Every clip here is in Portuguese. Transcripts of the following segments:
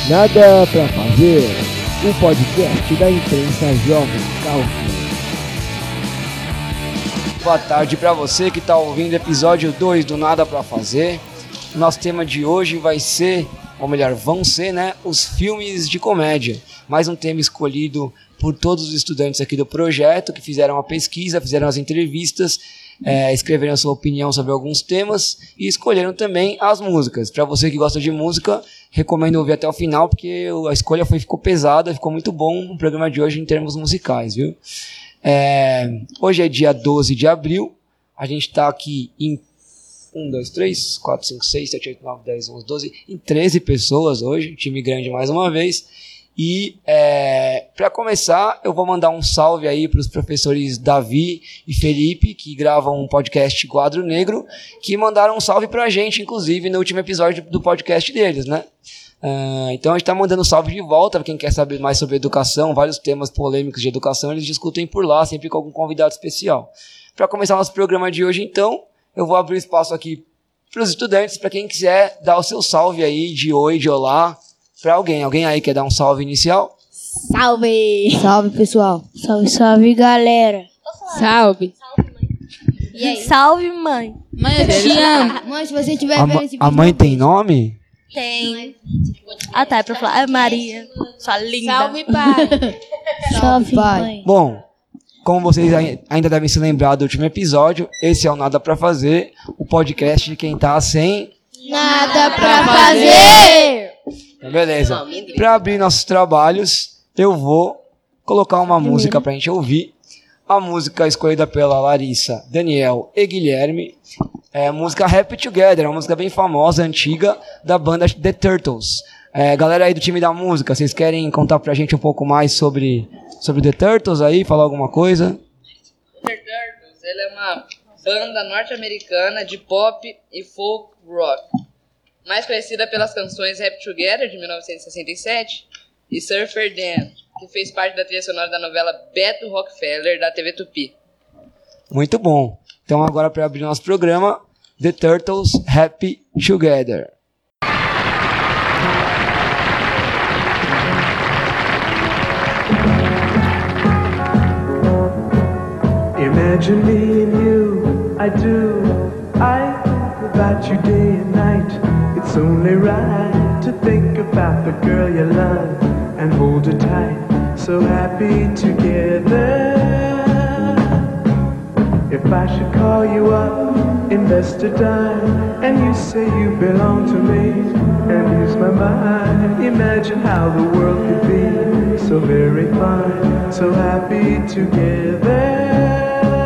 Nada pra fazer, o podcast da imprensa jovem Calvo. Boa tarde para você que está ouvindo o episódio 2 do Nada pra Fazer. Nosso tema de hoje vai ser, ou melhor, vão ser, os filmes de comédia. Mais um tema escolhido por todos os estudantes aqui do projeto, que fizeram a pesquisa, fizeram as entrevistas, escreveram a sua opinião sobre alguns temas e escolheram também as músicas. Para você que gosta de música, recomendo ouvir até o final, porque a escolha ficou pesada, ficou muito bom o programa de hoje em termos musicais, viu? Hoje é dia 12 de abril, a gente está aqui em 1, 2, 3, 4, 5, 6, 7, 8, 9, 10, 11, 12, em 13 pessoas hoje, time grande mais uma vez. E para começar, eu vou mandar um salve aí para os professores Davi e Felipe, que gravam um podcast Quadro Negro, que mandaram um salve para a gente, inclusive, no último episódio do podcast deles, né? Então a gente está mandando um salve de volta para quem quer saber mais sobre educação, vários temas polêmicos de educação, eles discutem por lá, sempre com algum convidado especial. Para começar nosso programa de hoje, então, eu vou abrir espaço aqui para os estudantes, para quem quiser dar o seu salve aí, de oi, de olá, para alguém. Alguém aí quer dar um salve inicial? Salve! Salve, pessoal. Salve, salve, galera. Salve. E aí? Salve, mãe. Mãe, eu te amo. Mãe, se você tiver vendo esse vídeo... A mãe tem nome? Tem. Ah, tá, é pra falar. É Maria. Sua linda. Salve, pai. Salve, pai. mãe. Bom, como vocês ainda devem se lembrar do último episódio, esse é o Nada Pra Fazer, o podcast de quem tá sem... Nada pra fazer! Então, beleza. Para abrir nossos trabalhos, eu vou colocar uma música pra gente ouvir. A música escolhida pela Larissa, Daniel e Guilherme é a música Happy Together, uma música bem famosa, antiga, da banda The Turtles. Galera aí do time da música, vocês querem contar pra gente um pouco mais sobre The Turtles aí, falar alguma coisa? The Turtles, ela é uma banda norte-americana de pop e folk rock, mais conhecida pelas canções Happy Together, de 1967, e Surfer Dan, que fez parte da trilha sonora da novela Beto Rockefeller, da TV Tupi. Muito bom. Então agora, para abrir nosso programa, The Turtles, Happy Together. Imagine me and you, I do. I think about you day and night. It's only right to think about the girl you love and hold her tight. So happy together. If I should call you up, invest a dime, and you say you belong to me, and use my mind, imagine how the world could be so very fine, so happy together.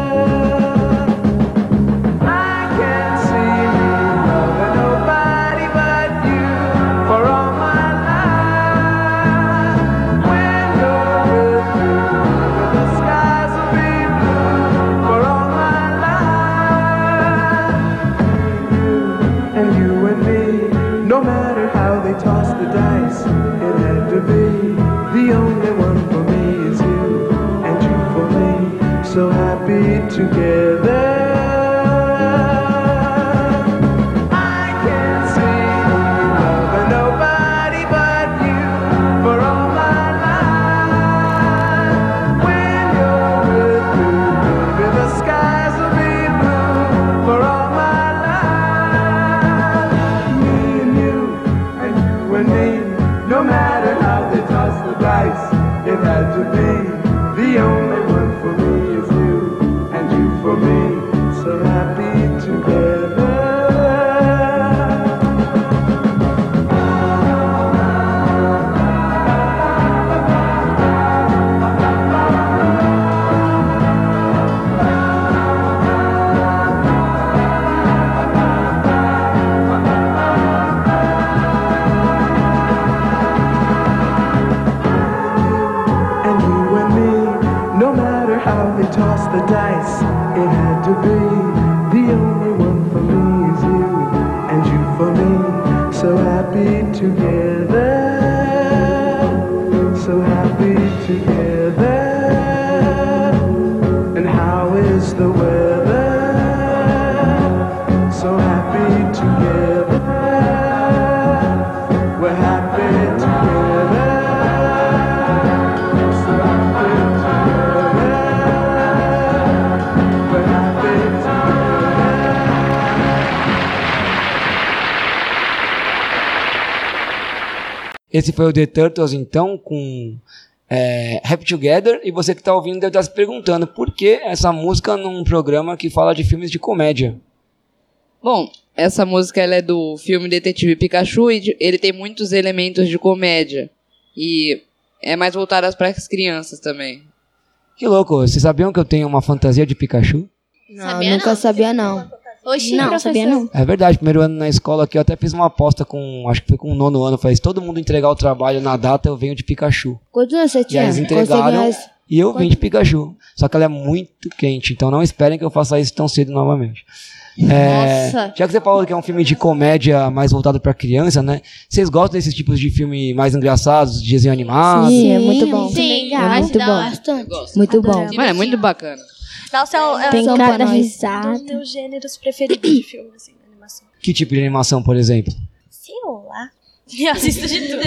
So happy together. I can't see loving nobody but you for all my life. When you're with me, baby, the skies will be blue for all my life. Me and you and me, no matter how they toss the dice, it had to be the only one for me. For me, so happy together. And you and me, no matter how they toss the dice, it had to be the only one for me is you, and you for me, so happy together, so happy together. And how is the weather? So happy together, we're happy together. Esse foi o The Turtles, então, com Happy Together. E você que está ouvindo deve estar se perguntando por que essa música num programa que fala de filmes de comédia. Bom, essa música ela é do filme Detetive Pikachu e ele tem muitos elementos de comédia. E é mais voltada para as crianças também. Que louco, vocês sabiam que eu tenho uma fantasia de Pikachu? Não, nunca sabia não. Oxi, Não, sabia não. É verdade, primeiro ano na escola aqui eu até fiz uma aposta com, acho que foi com o 9º ano, falei, se todo mundo entregar o trabalho na data, eu venho de Pikachu. Quantos anos você E tinha? aí eles entregaram Conseguiu e eu vim de Pikachu. Só que ela é muito quente, então não esperem que eu faça isso tão cedo novamente. Nossa. Já que você falou que é um filme de comédia mais voltado pra criança, né? Vocês gostam desses tipos de filme mais engraçados, de desenho animado? Sim, é muito bom. Sim, É muito bom. bastante. Muito bom. Mano, é muito bacana. Nossa, Tem são cada um risada. dos meus gêneros preferidos de filme, assim, de animação. Que tipo de animação, por exemplo? Sei lá. Eu assisto de tudo.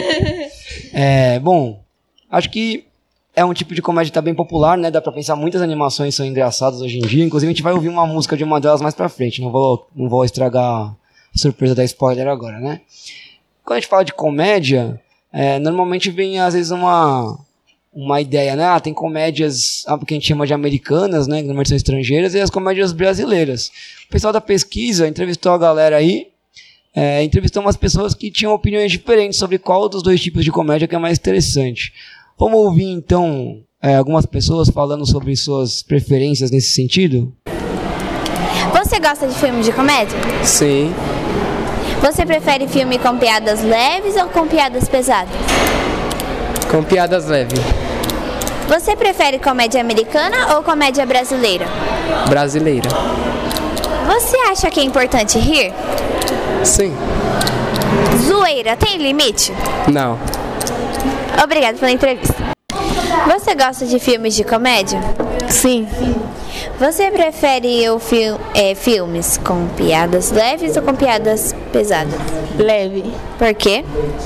Bom, acho que é um tipo de comédia que tá bem popular, né? Dá pra pensar, muitas animações são engraçadas hoje em dia. Inclusive, a gente vai ouvir uma música de uma delas mais pra frente. Não vou estragar a surpresa da spoiler agora, né? Quando a gente fala de comédia, normalmente vem, às vezes, uma ideia, né? Tem comédias que a gente chama de americanas, né? Que normalmente são estrangeiras, e as comédias brasileiras. O pessoal da pesquisa entrevistou a galera aí, entrevistou umas pessoas que tinham opiniões diferentes sobre qual dos dois tipos de comédia que é mais interessante. Vamos ouvir, então, algumas pessoas falando sobre suas preferências nesse sentido? Você gosta de filmes de comédia? Sim, Você prefere filme com piadas leves ou com piadas pesadas? com piadas leves. Você prefere comédia americana ou comédia brasileira? Brasileira. Você acha que é importante rir? Sim. Zoeira tem limite? Não. Obrigada pela entrevista. Você gosta de filmes de comédia? Sim. Você prefere filmes com piadas leves ou com piadas pesadas? Leve. Por quê?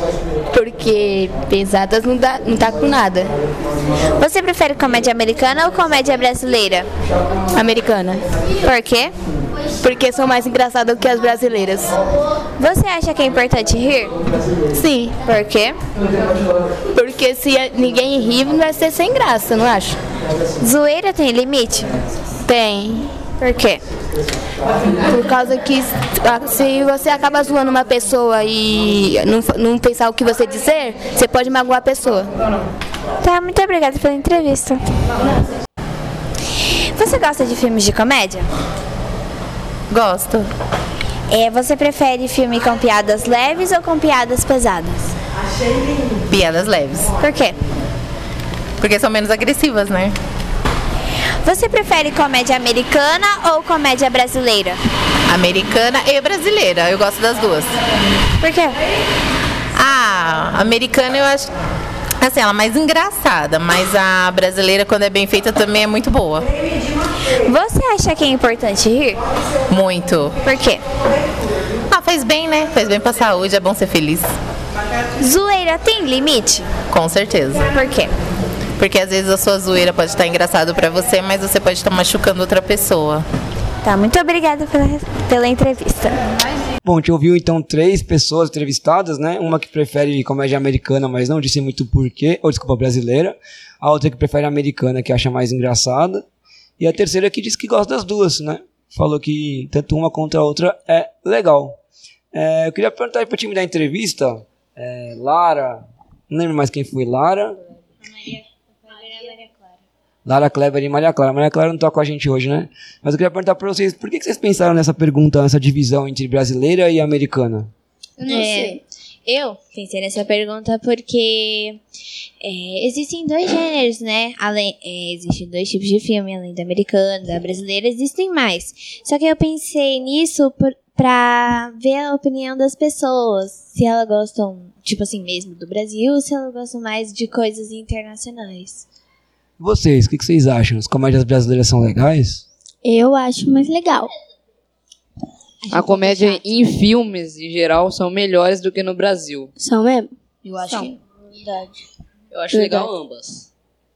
Porque pesadas não tá com nada. Você prefere comédia americana ou comédia brasileira? Americana. Por quê? Porque são mais engraçadas do que as brasileiras. Você acha que é importante rir? Sim. Por quê? Porque se ninguém rir, não vai ser sem graça, não acho? Zoeira tem limite? Tem. Por quê? Por causa que se você acaba zoando uma pessoa e não pensar o que você dizer, você pode magoar a pessoa. Tá, muito obrigada pela entrevista. Você gosta de filmes de comédia? Gosto. Você prefere filme com piadas leves ou com piadas pesadas? Piadas leves. Por quê? Porque são menos agressivas, né? Você prefere comédia americana ou comédia brasileira? Americana e brasileira. Eu gosto das duas. Por quê? A americana eu acho, assim, ela é mais engraçada, mas a brasileira, quando é bem feita, também é muito boa. Você acha que é importante rir? Muito. Por quê? Faz bem, né? Faz bem pra saúde, é bom ser feliz. Zoeira tem limite? Com certeza. Por quê? Porque às vezes a sua zoeira pode estar engraçado pra você, mas você pode estar machucando outra pessoa. Tá, muito obrigada pela entrevista. Bom, a gente ouviu então 3 pessoas entrevistadas, né? Uma que prefere comédia americana, mas não disse muito porquê, ou desculpa, brasileira. A outra que prefere americana, que acha mais engraçada. E a terceira que diz que gosta das duas, né? Falou que tanto uma quanto a outra é legal. Eu queria perguntar aí pro time da entrevista, Lara, não lembro mais quem foi, Lara, Kleber e Maria Clara. Maria Clara não tá com a gente hoje, né? Mas eu queria perguntar pra vocês, por que vocês pensaram nessa pergunta, nessa divisão entre brasileira e americana? Eu não sei. Eu pensei nessa pergunta porque existem 2 gêneros, né? Existem 2 tipos de filme, além da americana, da brasileira, existem mais. Só que eu pensei nisso pra ver a opinião das pessoas. Se elas gostam, tipo assim, mesmo do Brasil, ou se elas gostam mais de coisas internacionais. Vocês, o que vocês acham? As comédias brasileiras são legais? Eu acho mais legal. A comédia em filmes, em geral, são melhores do que no Brasil. São mesmo? Eu acho que... Eu acho legal ambas.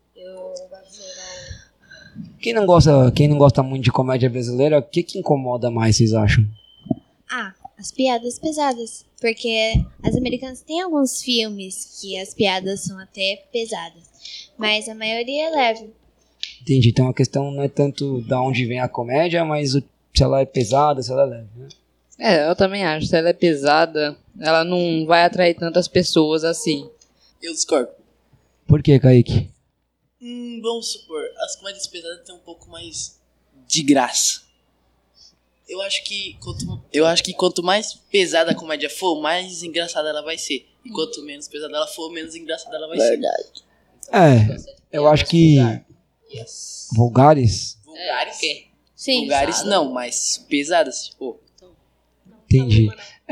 Quem não gosta muito de comédia brasileira, o que incomoda mais, vocês acham? As piadas pesadas. Porque as americanas têm alguns filmes que as piadas são até pesadas, mas a maioria é leve. Entendi. Então a questão não é tanto da onde vem a comédia, mas se ela é pesada, se ela é leve, né? Eu também acho. Se ela é pesada, ela não vai atrair tantas pessoas assim. Eu discordo. Por que, Kaique? Vamos supor, as comédias pesadas têm um pouco mais de graça. Eu acho que quanto mais pesada a comédia for, mais engraçada ela vai ser. E quanto menos pesada ela for, menos engraçada ela vai ser. Eu acho que... Vulgares? Vulgares? Sim. Vulgares não, mas pesadas, tipo... Entendi.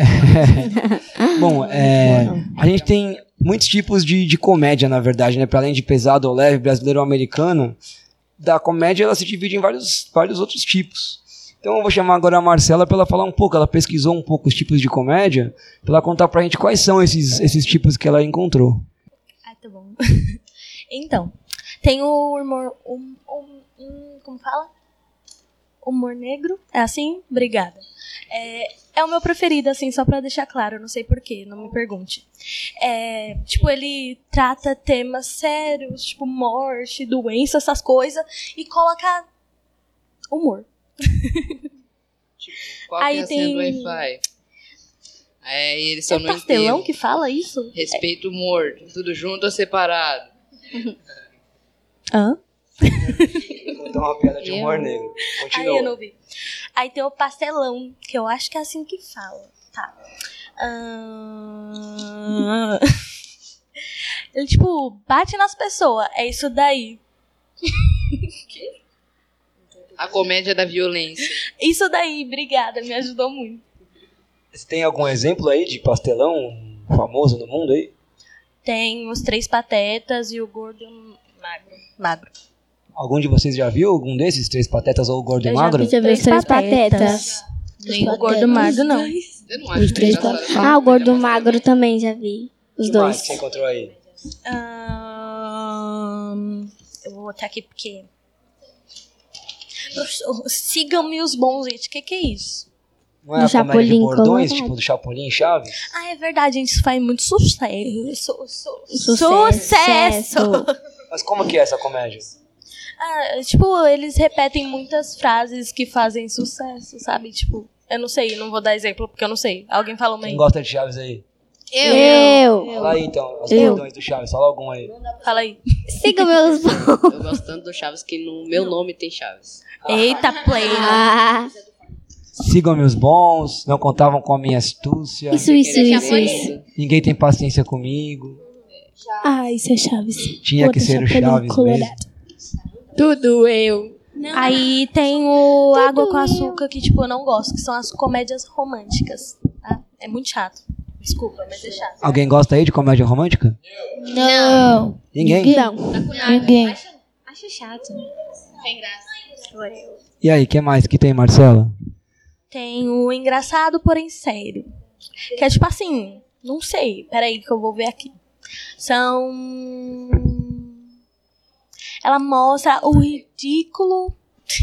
Bom, a gente tem muitos tipos de comédia, na verdade, né? Para além de pesado ou leve, brasileiro ou americano, da comédia ela se divide em vários outros tipos. Então eu vou chamar agora a Marcela para ela falar um pouco. Ela pesquisou um pouco os tipos de comédia, para ela contar pra gente quais são esses tipos que ela encontrou. Tá bom. Então, tem o humor... como fala? Humor negro? É assim? Obrigada. É o meu preferido, assim, só pra deixar claro. Eu não sei porquê, não me pergunte. Tipo, ele trata temas sérios, tipo morte, doença, essas coisas, e coloca humor. Tipo, qual que é a senha do Wi-Fi? Eles são no pastelão enterro. que fala isso? Respeito o morto. Tudo junto ou separado? Hã? Então uma piada de humor negro. Continua. Aí eu não vi. Aí tem o pastelão, que eu acho que é assim que fala. Tá. Ele, tipo, bate nas pessoas. É isso daí. A comédia da violência. Isso daí, obrigada, me ajudou muito. Você tem algum exemplo aí de pastelão famoso no mundo aí? Tem os Três Patetas e o Gordo Magro. Algum de vocês já viu algum desses, Três Patetas ou o Gordo e Magro? Já vi os Três Patetas. O Gordo Magro, não. Eu não acho Os Três Patetas. O Gordo Magro também já vi. Os que dois. mais que você encontrou aí? Eu vou botar aqui porque... Sigam-me os bons, gente. O que é isso? Não é a comédia de bordões, tipo do Chapolin e Chaves? É verdade, gente. Isso faz muito sucesso. Mas como que é essa comédia? Tipo, eles repetem muitas frases que fazem sucesso, sabe? Tipo, eu não sei, não vou dar exemplo porque eu não sei. Alguém falou uma aí. Quem gosta de Chaves aí? Eu. Fala aí então, os bordões do Chaves, fala algum aí. Fala aí. Siga meus bons. Eu gosto tanto do Chaves que no meu nome tem Chaves. Eita, play. Sigam meus bons, não contavam com a minha astúcia. Isso. Ninguém tem paciência comigo. Isso é Chaves. Tinha que ser o Chaves mesmo. Tudo eu. Aí tem o Água com Açúcar, que tipo, eu não gosto, que são as comédias românticas, tá? É muito chato. Desculpa, mas é chato. Alguém gosta aí de comédia romântica? Não. Ninguém? Não. Ninguém. Acho chato. Sem graça. E aí, o que mais que tem, Marcela? Tem o Engraçado, porém sério. Que é tipo assim, não sei, peraí que eu vou ver aqui. Ela mostra o ridículo.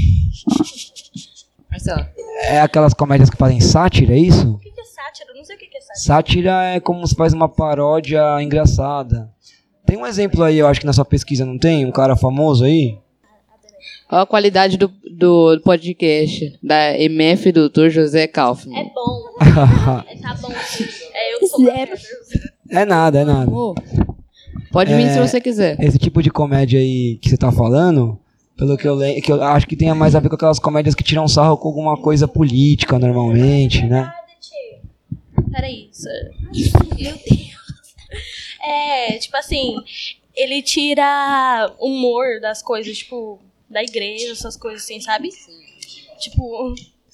Marcela. É aquelas comédias que fazem sátira, é isso? O que é sátira? Eu não sei o que é sátira. Sátira é como se faz uma paródia engraçada. Tem um exemplo aí, eu acho que na sua pesquisa não tem? Um cara famoso aí? Olha a qualidade do podcast da MF do Dr. José Kaufmann. É bom. Tá bom. Eu sou Zero. É nada. Pode vir se você quiser. Esse tipo de comédia aí que você tá falando, pelo que eu lembro, que eu acho que tem mais a ver com aquelas comédias que tiram sarro com alguma coisa política normalmente, né? Peraí. Meu Deus. Tipo assim, ele tira humor das coisas, tipo, da igreja, essas coisas assim, sabe? Tipo,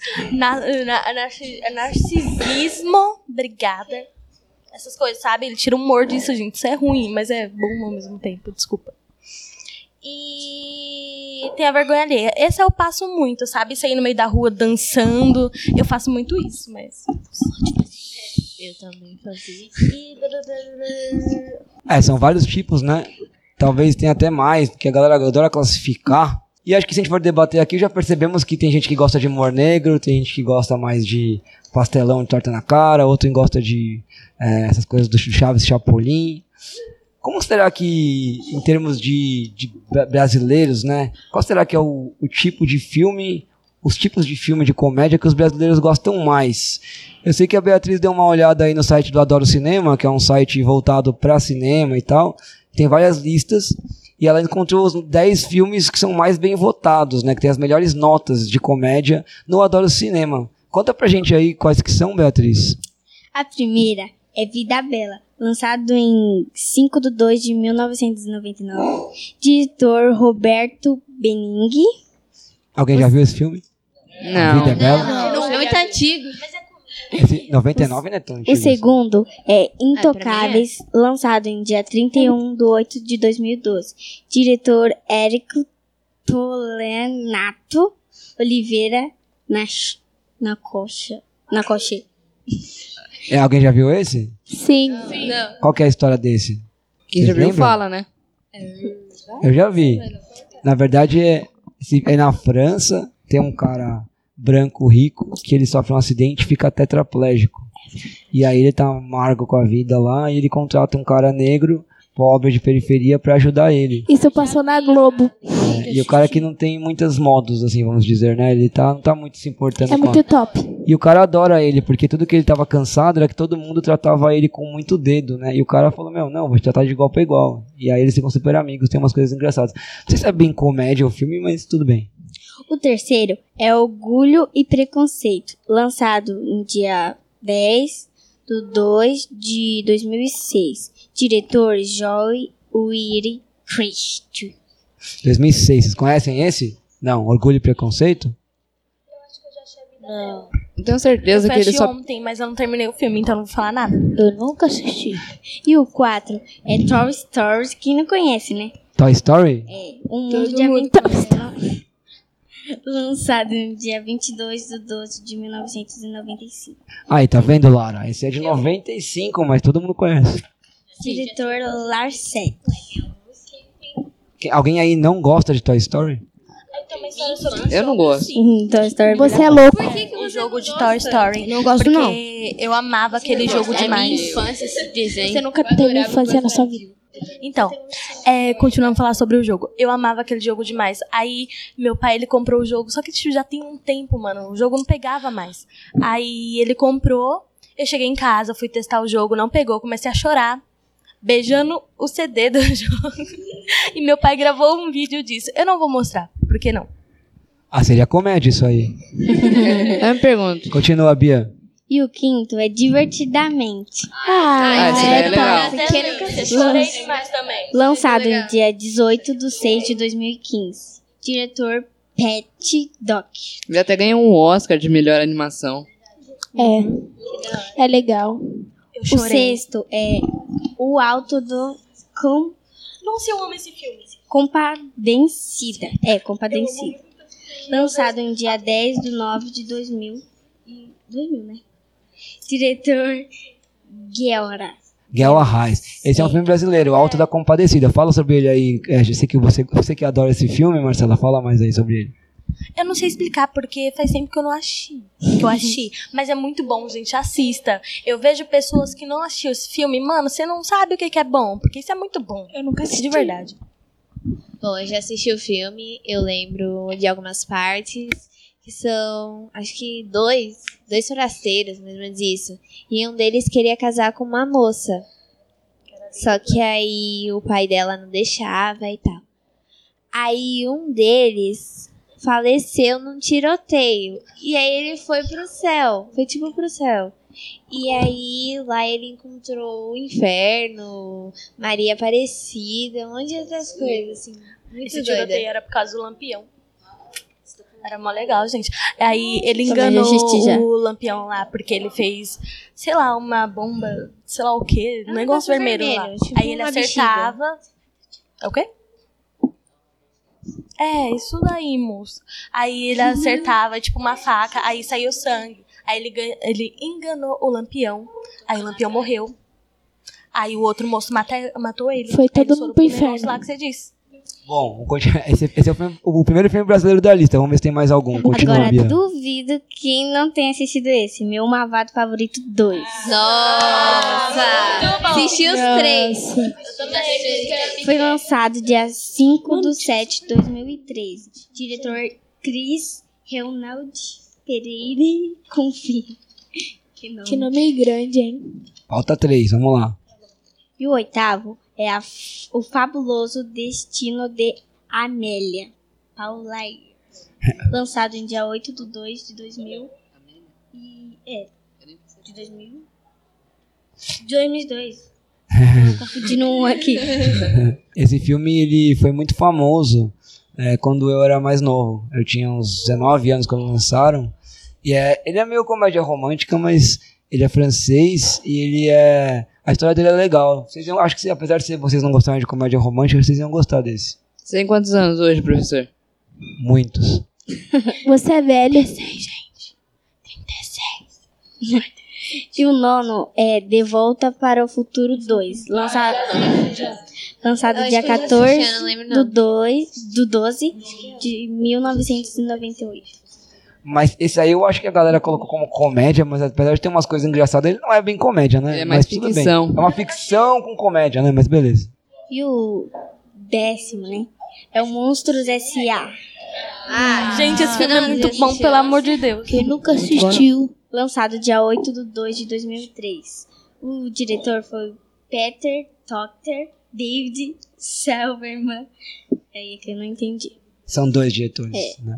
narcisismo, obrigada. Essas coisas, sabe? Ele tira o humor disso, gente. Isso é ruim, mas é bom ao mesmo tempo, desculpa. E tem a vergonha alheia. Esse eu passo muito, sabe? Sair no meio da rua dançando. Eu faço muito isso, mas... Eu também fazia. São vários tipos, né? Talvez tenha até mais, que a galera adora classificar. E acho que se a gente for debater aqui, já percebemos que tem gente que gosta de humor negro, tem gente que gosta mais de pastelão e torta na cara, outro gosta de essas coisas do Chaves Chapolin. Como será que, em termos de brasileiros, né? Qual será que é o tipo de filme, os tipos de filme de comédia que os brasileiros gostam mais? Eu sei que a Beatriz deu uma olhada aí no site do Adoro Cinema, que é um site voltado para cinema e tal. Tem várias listas. E ela encontrou os 10 filmes que são mais bem votados, né? Que tem as melhores notas de comédia no Adoro Cinema. Conta pra gente aí quais que são, Beatriz. A primeira é Vida Bela, lançado em 5/2/1999. Diretor Roberto Benigni. Alguém já viu esse filme? Não. Vida é Bela? Não, é muito antigo. Esse 99 não é tão antigo. O segundo é Intocáveis, lançado em dia 31/8/2012. Diretor Érico Tolenato Oliveira Nacoche. Alguém já viu esse? Sim. Não. Qual que é a história desse? Quem Vocês já viu lembram? fala, né? Eu já vi. Na verdade, é na França, tem um cara branco rico que ele sofre um acidente e fica tetraplégico. E aí ele tá amargo com a vida lá e ele contrata um cara negro, pobre de periferia, pra ajudar ele. Isso passou na Globo. E o cara que não tem muitos modos, assim, vamos dizer, né? Ele não tá muito se importando É com muito top. E o cara adora ele, porque tudo que ele tava cansado era que todo mundo tratava ele com muito dedo, né? E o cara falou, não, vou te tratar de igual pra igual. E aí eles ficam super amigos, tem umas coisas engraçadas. Não sei se é bem comédia o filme, mas tudo bem. O terceiro é Orgulho e Preconceito, lançado em dia 10/2/2006. Diretor Joy Wiri Christ. 2006, vocês conhecem esse? Não, Orgulho e Preconceito? Não. Não tenho certeza Eu que ele assisti só... ontem, mas eu não terminei o filme, então não vou falar nada. Eu nunca assisti. E o 4 é Toy Story, quem não conhece, né? Toy Story? É, Um Mundo de Aventuras. Lançado no dia 22/12/1995. Aí, tá vendo, Lara? Esse é de 95, mas todo mundo conhece. Diretor Larset. Alguém aí não gosta de Toy Story? Eu não gosto. Toy Story. Você é louco. O jogo de Toy Story. Não gosto, porque não. eu amava aquele jogo demais. Minha infância, esse desenho. Você nunca teve infância na sua vida. Então, continuando a falar sobre o jogo. Eu amava aquele jogo demais. Aí, meu pai, ele comprou o jogo. Só que tipo, já tem um tempo, mano. O jogo não pegava mais. Aí, ele comprou. Eu cheguei em casa, fui testar o jogo. Não pegou. Comecei a chorar. Beijando o CD do jogo. E meu pai gravou um vídeo disso. Eu não vou mostrar. Por que não? Ah, seria comédia isso aí. Eu me pergunto. Continua, Bia. E o quinto é Divertidamente. Esse daí é legal. Eu chorei demais também. Lançado em dia 18/6/2015. Diretor Pat Doc. Ele até ganhou um Oscar de melhor animação. É legal. Eu O chorei. sexto é O Alto do Nossa, eu amo esse filme. Compadecida. Compadecida. Lançado em dia 10/9/2000. 2000, né? Diretor Guelra. Guel Arraes. Esse é um filme brasileiro, O Alto da Compadecida. Fala sobre ele aí. Eu sei que você que adora esse filme, Marcela, fala mais aí sobre ele. Eu não sei explicar, porque faz tempo que eu assisti. Mas é muito bom, gente. Assista. Eu vejo pessoas que não assistiram esse filme. Mano, você não sabe o que é bom. Porque isso é muito bom. Eu nunca assisti. De verdade. Bom, eu já assisti o filme, eu lembro de algumas partes, que são, acho que dois forasteiros, mais ou menos isso. E um deles queria casar com uma moça. Só que aí o pai dela não deixava e tal. Aí um deles faleceu num tiroteio. E aí ele foi pro céu. Foi tipo pro céu. E aí lá ele encontrou o inferno, Maria Aparecida, um monte de outras coisas, assim. Muito Esse doida. tiroteio era por causa do Lampião. Era mó legal, gente. Aí ele Também enganou já assisti já. o Lampião lá, porque ele fez, sei lá, uma bomba, sei lá o quê, um negócio vermelho lá. tipo Aí ele uma acertava. É o quê? Isso daí, moço. Aí ele acertava, tipo, uma faca, aí saiu sangue. Aí ele enganou o Lampião. Aí o Lampião morreu. Aí o outro moço matou ele. Foi Aí todo eles mundo foram pro negócio inferno. lá que você disse. Bom, vamos continuar. Esse é o primeiro filme brasileiro da lista. Vamos ver se tem mais algum. Continua, Agora, Bia. duvido quem não tenha assistido esse. Meu Malvado Favorito 2. Nossa! Assisti os 3. Foi lançado dia 5/7/2013. Diretor Chris Reynald Pereira Confia. Que nome grande, hein? Falta 3, vamos lá. E o 8º é O Fabuloso Destino de Amélia Paulaire. Lançado em dia 8/2/2000. De 2000? De 2002. Confundindo um aqui. Esse filme ele foi muito famoso quando eu era mais novo. Eu tinha uns 19 anos quando lançaram. E ele é meio comédia romântica, mas ele é francês e a história dele é legal. Acho que apesar de vocês não gostarem de comédia romântica, vocês iam gostar desse. Você tem quantos anos hoje, professor? Muitos. Você é velho. 36, gente. 36. E o 9º é De Volta para o Futuro 2. Lançado dia 14/12 de 1998. Mas esse aí eu acho que a galera colocou como comédia, mas apesar de ter umas coisas engraçadas, ele não é bem comédia, né? É mais mas tudo ficção. bem. É uma ficção com comédia, né? Mas beleza. E o 10º, né? É o Monstros S.A. Gente, esse filme é muito bom, pelo amor de Deus. Quem nunca assistiu? Lançado dia 8/2/2003. O diretor foi Peter Tochter, David Silverman. É que eu não entendi. São 2 diretores, né?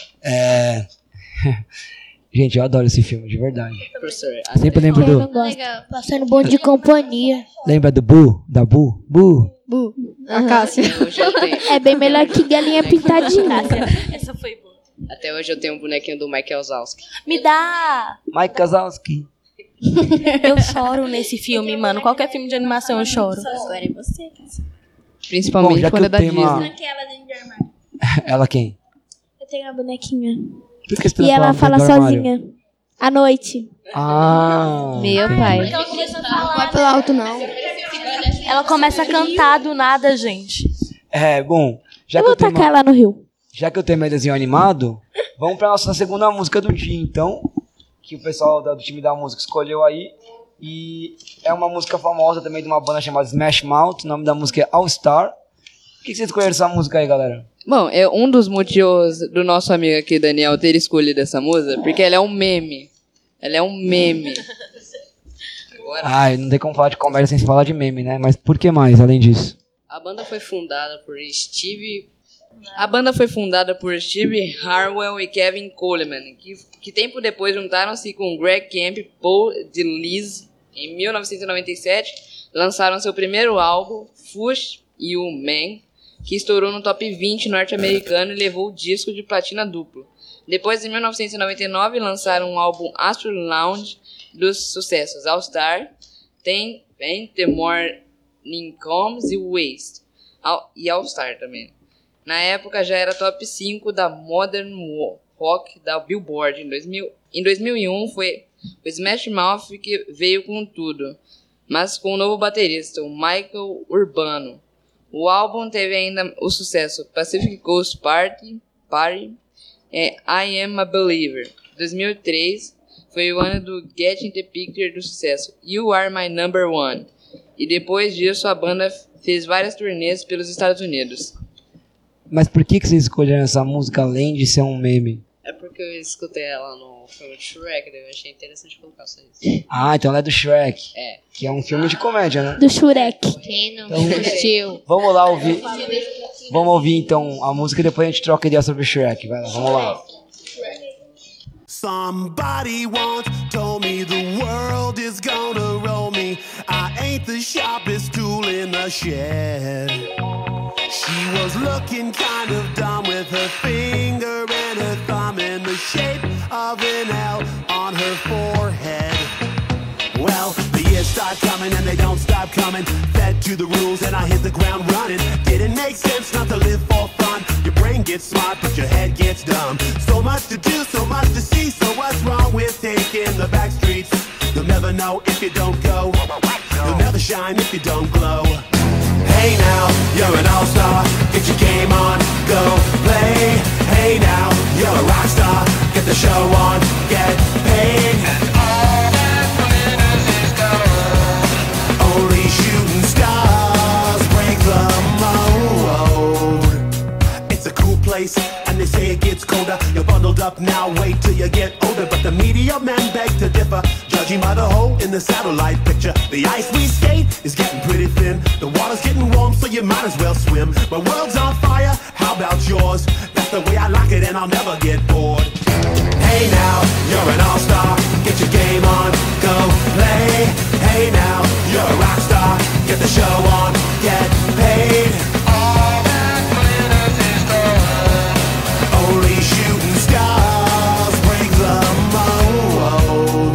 Gente, eu adoro esse filme, de verdade. Professor, Sempre lembro Quem do... não gosta? Passando bom de companhia. Lembra do Bu? Da Bu? Bu? A Cássia. hoje eu tenho, É bem melhor que galinha pintadinha. Essa foi boa. até hoje eu tenho um bonequinho do Michael Wazowski. Me dá! Mike Wazowski. Eu choro nesse filme, mano. Qualquer filme de animação eu choro. Agora é você, Cássia. Principalmente Bom, já quando que é da o tema- Disney. Ela dentro de armário. Ela quem? Eu tenho a bonequinha. Por que você E ela fala dentro do armário? sozinha. À noite. Ah. Meu entendi. pai. Não vai pelo alto, não. Ela começa a cantar do nada, gente. Bom, já Eu que, vou o tema, tacar ela no rio. já que o tema é desenho animado, vamos pra nossa segunda música do dia, então. Que o pessoal do time da música escolheu aí. E é uma música famosa também de uma banda chamada Smash Mouth. O nome da música é All Star. Por que vocês escolheram essa música aí, galera? Bom, é um dos motivos do nosso amigo aqui, Daniel, ter escolhido essa música, porque ela é um meme. Ela é um meme. Agora, Não tem como falar de comédia sem falar de meme, né? Mas por que mais, além disso? a banda foi fundada por Steve Harwell e Kevin Coleman, que tempo depois juntaram-se com Greg Camp e Paul DeLuise. Em 1997, lançaram seu primeiro álbum, Fush You Man, que estourou no top 20 norte-americano e levou o disco de platina duplo. Depois, em 1999, lançaram um álbum Astro Lounge dos sucessos All Star, Tem The Morning Comes e Waste, e All Star também. Na época já era top 5 da Modern Rock da Billboard. Em 2001 foi o Smash Mouth que veio com tudo, mas com um novo baterista, o Michael Urbano. O álbum teve ainda o sucesso Pacific Coast Party, I Am a Believer. 2003 foi o ano do Getting the Picture do sucesso You Are My Number One. E depois disso a banda fez várias turnês pelos Estados Unidos. Mas por que vocês escolheram essa música além de ser um meme? É porque eu escutei ela no filme de Shrek, daí eu achei interessante colocar só isso. Então ela é do Shrek. É. Que é um filme de comédia, né? Do Shurek. Quem não Então, assistiu? Vamos lá ouvir. Vamos ouvir então a música e depois a gente troca ideia sobre o Shrek. Vai lá, vamos lá. Somebody once told me the world is gonna roll me. I ain't the sharpest tool in the shed. She was looking kind of dumb with her finger and her thumb in the shape of an L on her forehead. Well, the years start coming and they don't stop coming. Fed to the rules and I hit the ground running. Didn't make sense not to live for fun. Your brain gets smart but your head gets dumb. So much to do, so much to see. So what's wrong with taking the back streets? You'll never know if you don't go. You'll never shine if you don't glow. Hey now, you're an all-star. Get your game on, go play. Hey now, you're a rock star. Get the show on, get paid. And all that glitters is gold. Only shooting stars break the mold. It's a cool place, and they say it gets colder. You're bundled up now, wait till you get older. But the media men beg to differ, judging by the hole in the satellite picture. The ice we skate is getting pretty thin. The water's getting warm, so you might as well swim. My world's on fire, how about yours? That's the way I like it, and I'll never get bored. Hey now, you're an all-star. Get your game on, go play. Hey now, you're a rock star. Get the show on, get paid. All that glitters is gold. Only shooting stars break the mold.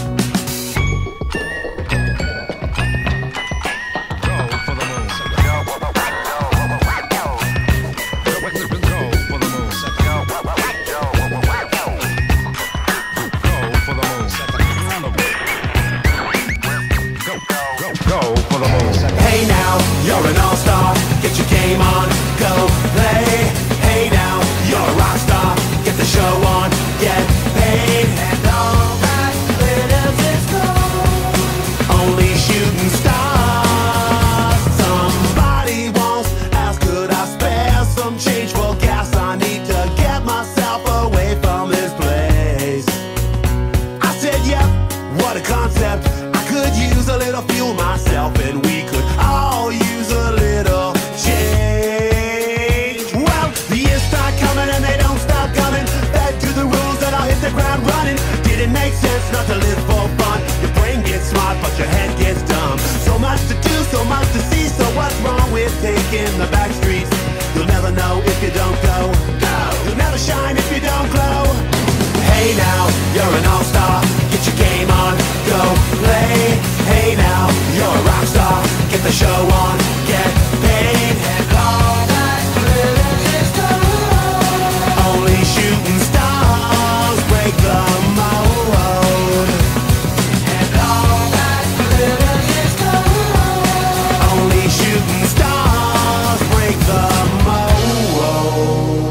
Hey now, you're an all-star. Get your game on, go play. Hey now, you're a rock star. Get the show on, get paid. And all that glitters is gold. Only shooting stars. Somebody once asked, could I spare some change for gas? I need to get myself away from this place. I said, yep, what a concept. I could use a little fuel myself, and we could all use a little change. Well, the years start coming and they don't stop coming. Fed to the rules and I'll hit the ground running. Didn't make sense not to live for fun. Your brain gets smart but your head gets dumb. So much to do, so much to see. So what's wrong with taking the back streets? You'll never know if you don't go. You'll never shine if you don't glow. Hey now, you're an all-star. Get your game on, go play. Hey now, you're a rock star. Get the show on, get paid. And all that glitters is gold. Only shooting stars break the mold. And all that glitters is gold. Only shooting stars break the mold.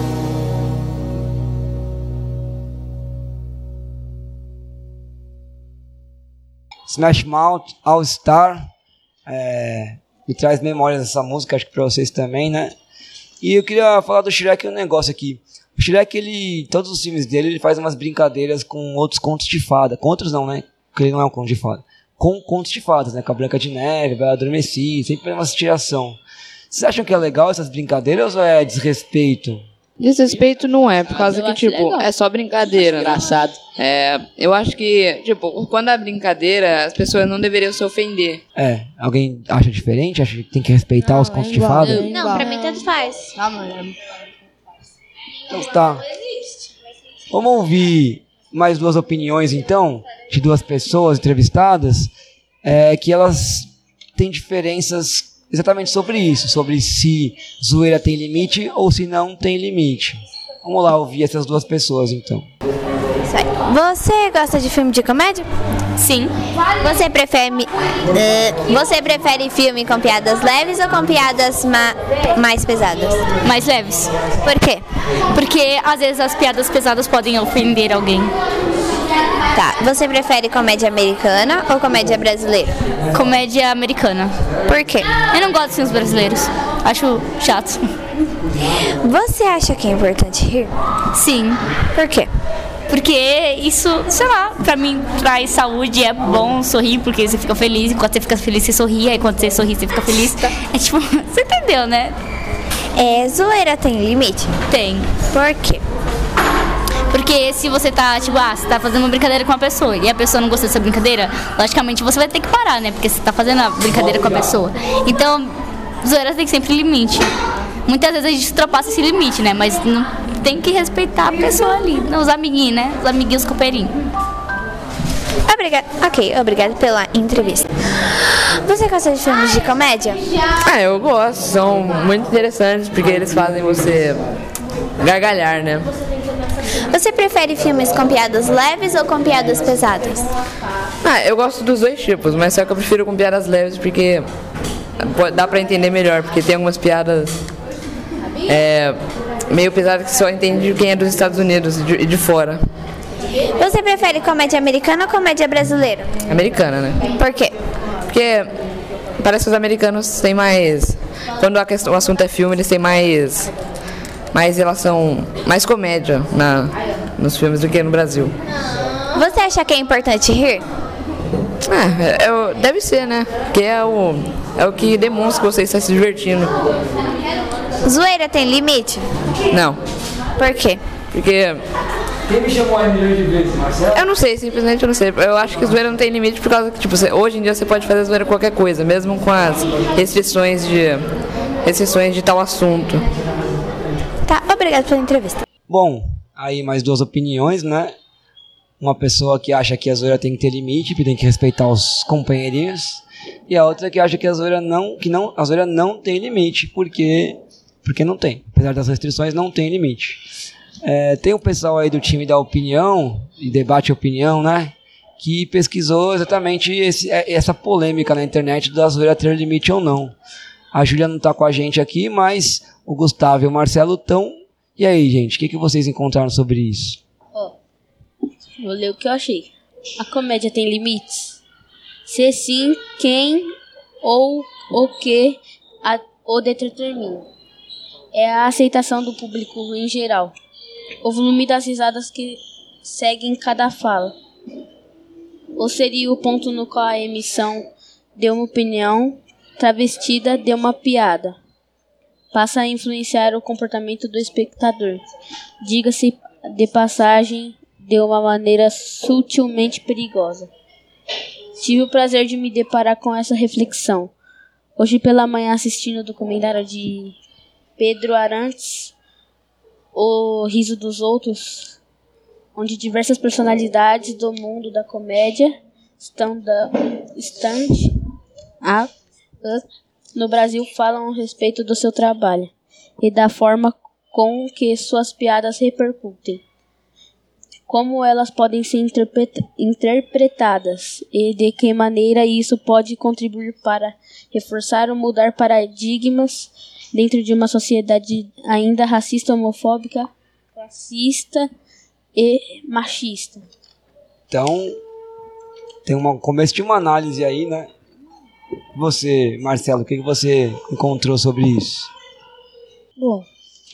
Smash Mouth All Star me traz memórias dessa música, acho que pra vocês também, né? E eu queria falar do Shrek um negócio aqui. O Shrek, todos os filmes dele, ele faz umas brincadeiras com outros contos de fada. Com outros não, né? Porque ele não é um conto de fada. Com contos de fadas, né? Com a Branca de Neve, Bela Adormecida, sempre é uma tiração. Vocês acham que é legal essas brincadeiras ou é desrespeito? Desrespeito não é, por causa que, tipo, legal. É só brincadeira. Engraçado. Eu acho que, tipo, quando é brincadeira, as pessoas não deveriam se ofender. Alguém acha diferente? Acha que tem que respeitar os contos de fada? Não, pra mim tanto faz. Então tá. Vamos ouvir mais duas opiniões, então, de duas pessoas entrevistadas, que elas têm diferenças exatamente sobre isso, sobre se zoeira tem limite ou se não tem limite. Vamos lá ouvir essas duas pessoas, então. Você gosta de filme de comédia? Sim. Você prefere filme com piadas leves ou com piadas mais pesadas? Mais leves. Por quê? Porque às vezes as piadas pesadas podem ofender alguém. Tá. Você prefere comédia americana ou comédia brasileira? Comédia americana. Por quê? Eu não gosto de filmes brasileiros. Acho chato. Você acha que é importante rir? Sim. Por quê? Porque isso, sei lá, pra mim traz saúde, é bom sorrir porque você fica feliz, enquanto você fica feliz você sorri, aí quando você sorri você fica feliz. É tipo, você entendeu, né? Zoeira tem limite? Tem. Por quê? Porque se você tá, tipo, você tá fazendo uma brincadeira com uma pessoa e a pessoa não gostou dessa brincadeira, logicamente você vai ter que parar, né? Porque você tá fazendo a brincadeira com a pessoa. Então, zoeira tem sempre limite. Muitas vezes a gente ultrapassa esse limite, né? Mas não tem que respeitar a pessoa ali, os amiguinhos, né? Os amiguinhos copeirinhos. Obrigado pela entrevista. Você gosta de filmes de comédia? Eu gosto, são muito interessantes porque eles fazem você gargalhar, né? Você prefere filmes com piadas leves ou com piadas pesadas? Eu gosto dos dois tipos, mas só que eu prefiro com piadas leves porque dá pra entender melhor, porque tem algumas piadas meio pesadas que só entende quem é dos Estados Unidos e de fora. Você prefere comédia americana ou comédia brasileira? Americana, né? Por quê? Porque parece que os americanos têm mais... Quando o assunto é filme, eles têm mais relação, mais comédia nos filmes do que no Brasil. Você acha que é importante rir? Deve ser, né? Porque é o que demonstra que você está se divertindo. Zoeira tem limite? Não. Por quê? Porque... Quem me chamou aí milhões de vezes, Marcelo? Eu não sei, simplesmente eu não sei. Eu acho que zoeira não tem limite por causa que, tipo, hoje em dia você pode fazer zoeira qualquer coisa, mesmo com as restrições de tal assunto. Tá, obrigado pela entrevista. Bom, aí mais duas opiniões, né? Uma pessoa que acha que a zoeira tem que ter limite, que tem que respeitar os companheirinhos, e a outra que acha que a zoeira não tem limite, porque não tem. Apesar das restrições, não tem limite. Tem o pessoal aí do time da opinião, e debate opinião, né? Que pesquisou exatamente essa polêmica na internet da zoeira ter limite ou não. A Júlia não tá com a gente aqui, mas o Gustavo e o Marcelo estão. E aí, gente, o que vocês encontraram sobre isso? Vou ler o que eu achei. A comédia tem limites? Se sim, quem ou o que o determina? É a aceitação do público em geral. O volume das risadas que seguem cada fala. Ou seria o ponto no qual a emissão de uma opinião travestida de uma piada passa a influenciar o comportamento do espectador. Diga-se de passagem, de uma maneira sutilmente perigosa. Tive o prazer de me deparar com essa reflexão hoje pela manhã assistindo o documentário de Pedro Arantes, O Riso dos Outros, onde diversas personalidades do mundo da comédia no Brasil falam a respeito do seu trabalho e da forma com que suas piadas repercutem, como elas podem ser interpretadas e de que maneira isso pode contribuir para reforçar ou mudar paradigmas dentro de uma sociedade ainda racista, homofóbica, classista e machista. Então, tem um começo de uma análise aí, né? Você, Marcelo, o que você encontrou sobre isso? Bom,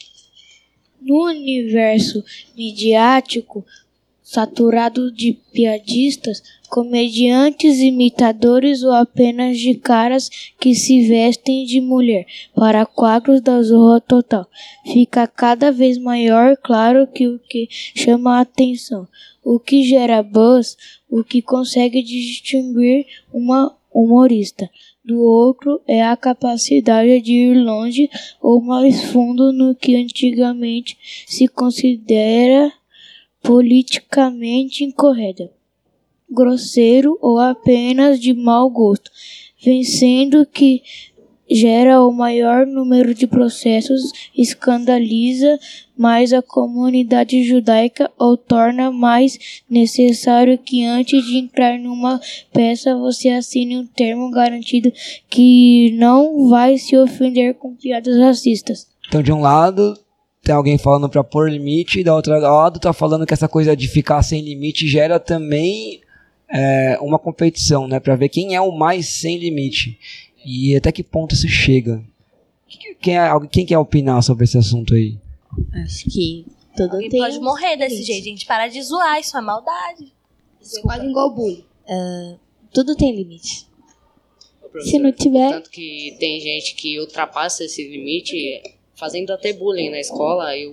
no universo midiático saturado de piadistas, comediantes, imitadores ou apenas de caras que se vestem de mulher para quadros da Zorra Total, fica cada vez maior claro que o que chama a atenção, o que gera buzz, o que consegue distinguir uma humorista do outro é a capacidade de ir longe ou mais fundo no que antigamente se considera politicamente incorreta, grosseiro ou apenas de mau gosto, vencendo que gera o maior número de processos, escandaliza mais a comunidade judaica ou torna mais necessário que antes de entrar numa peça você assine um termo garantido que não vai se ofender com piadas racistas. Então, de um lado, tem alguém falando para pôr limite, e da outra lado tá falando que essa coisa de ficar sem limite gera também uma competição, né, para ver quem é o mais sem limite. E até que ponto isso chega? Quem quer opinar sobre esse assunto aí? Acho que alguém pode morrer desse jeito. A gente para de zoar, isso é maldade. Isso é quase igual bullying. Tudo tem limite. Se não tiver... Tanto que tem gente que ultrapassa esse limite fazendo até bullying na escola e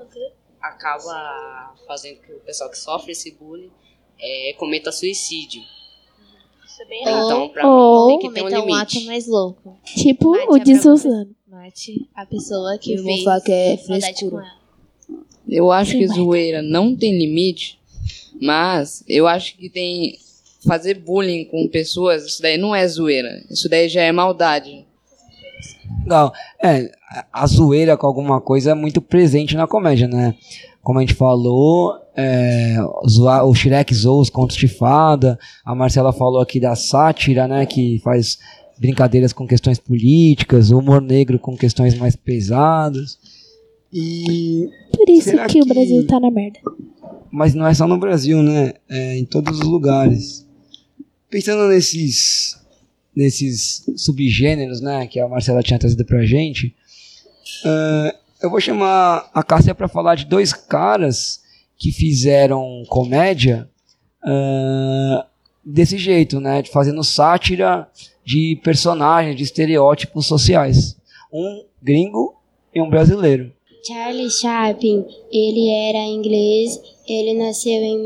acaba fazendo que o pessoal que sofre esse bullying cometa suicídio. Isso é bem errado. Então, pra Ou mim, tem que ter um limite. Um ato mais louco. Tipo Mate o de Suzano. Mate a pessoa que Eu vou fez falar que é maldade frescura. com ela. Eu acho Sim, que mas- zoeira não tem limite, mas eu acho que tem fazer bullying com pessoas, isso daí não é zoeira, isso daí já é maldade. Não, a zoeira com alguma coisa é muito presente na comédia, né? Como a gente falou, o Shrek zoou os contos de fada, a Marcela falou aqui da sátira, né? Que faz brincadeiras com questões políticas, o humor negro com questões mais pesadas. E por isso será que o Brasil tá na merda. Mas não é só no Brasil, né? É em todos os lugares. Pensando nesses subgêneros, né, que a Marcela tinha trazido pra gente, eu vou chamar a Cássia para falar de 2 caras que fizeram comédia desse jeito, né, de fazendo sátira de personagens, de estereótipos sociais. Um gringo e um brasileiro. Charlie Chaplin, ele era inglês, ele nasceu em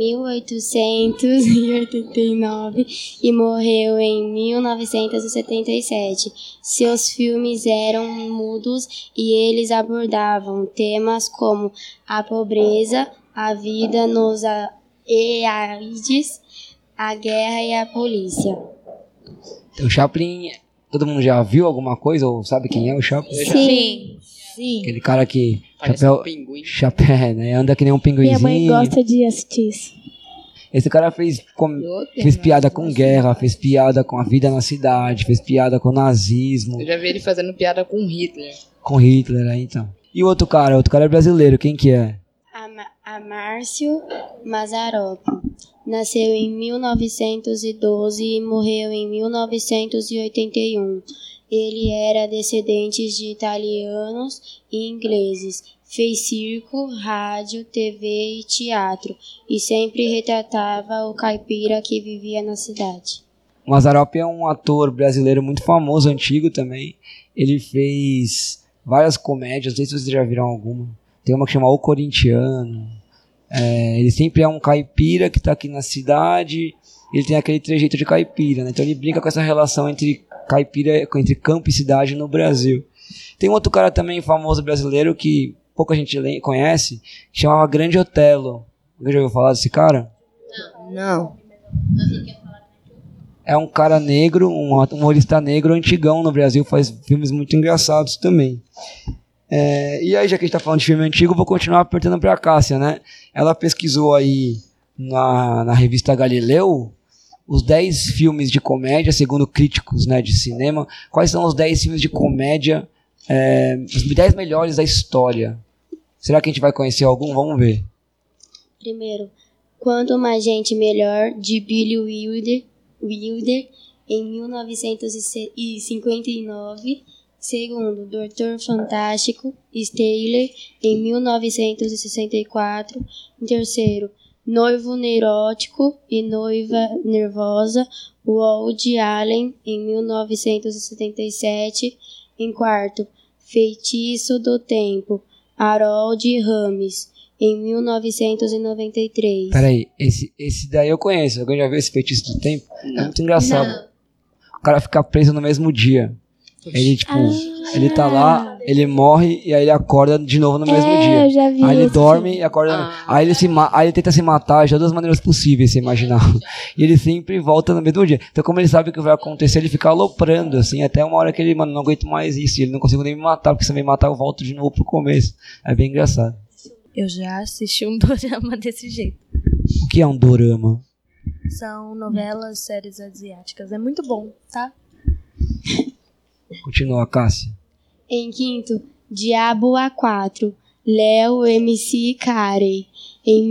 1889 e morreu em 1977. Seus filmes eram mudos e eles abordavam temas como a pobreza, a vida nos AIDS, a guerra e a polícia. O Chaplin, todo mundo já viu alguma coisa ou sabe quem é o Chaplin? Sim. Aquele cara que parece um pinguim. Chapéu, né? Anda que nem um pinguinzinho. Minha mãe gosta de assistir isso. Esse cara fez piada com guerra, fez piada com a vida na cidade, fez piada com o nazismo. Eu já vi ele fazendo piada com Hitler. Com Hitler, né, então. E o outro cara é brasileiro, quem que é? Márcio Mazzaropi. Nasceu em 1912 e morreu em 1981. Ele era descendente de italianos e ingleses. Fez circo, rádio, TV e teatro. E sempre retratava o caipira que vivia na cidade. O Mazzaropi é um ator brasileiro muito famoso, antigo também. Ele fez várias comédias, não sei se vocês já viram alguma. Tem uma que chama O Corintiano. Ele sempre é um caipira que está aqui na cidade. Ele tem aquele trejeito de caipira, né? Então ele brinca com essa relação entre caipira, entre campo e cidade no Brasil. Tem um outro cara também famoso brasileiro que pouca gente conhece, que chamava Grande Otelo. Alguém já ouviu falar desse cara? Não. É um cara negro, um humorista negro antigão no Brasil, faz filmes muito engraçados também. E aí, já que a gente tá falando de filme antigo, vou continuar apertando pra Cássia, né? Ela pesquisou aí na revista Galileu os 10 filmes de comédia, segundo críticos, né, de cinema. Quais são os 10 filmes de comédia, os 10 melhores da história? Será que a gente vai conhecer algum? Vamos ver. Primeiro, Quanto Mais Gente Melhor, de Billy Wilder, em 1959. Segundo, Doutor Fantástico, Styler, em 1964. Terceiro, Noivo Neurótico e Noiva Nervosa, Woody Allen, em 1977. Em quarto, Feitiço do Tempo, Harold Ramis, em 1993. Peraí, esse daí eu conheço. Alguém já viu esse Feitiço do Tempo? Não. É muito engraçado. Não. O cara fica preso no mesmo dia. Ele, ele tá lá, ele morre e aí ele acorda de novo no mesmo dia. Eu já vi aí ele isso. dorme e acorda. Aí ele tenta se matar de todas as maneiras possíveis, você imaginar. E ele sempre volta no mesmo dia. Então, como ele sabe o que vai acontecer, ele fica aloprando, assim, até uma hora que ele, não aguento mais isso. E ele não consigo nem me matar, porque se eu me matar, eu volto de novo pro começo. É bem engraçado. Eu já assisti um dorama desse jeito. O que é um dorama? São novelas, séries asiáticas. É muito bom, tá? Continua, Cássia. Em quinto, Diabo A4, Léo MC Carey, em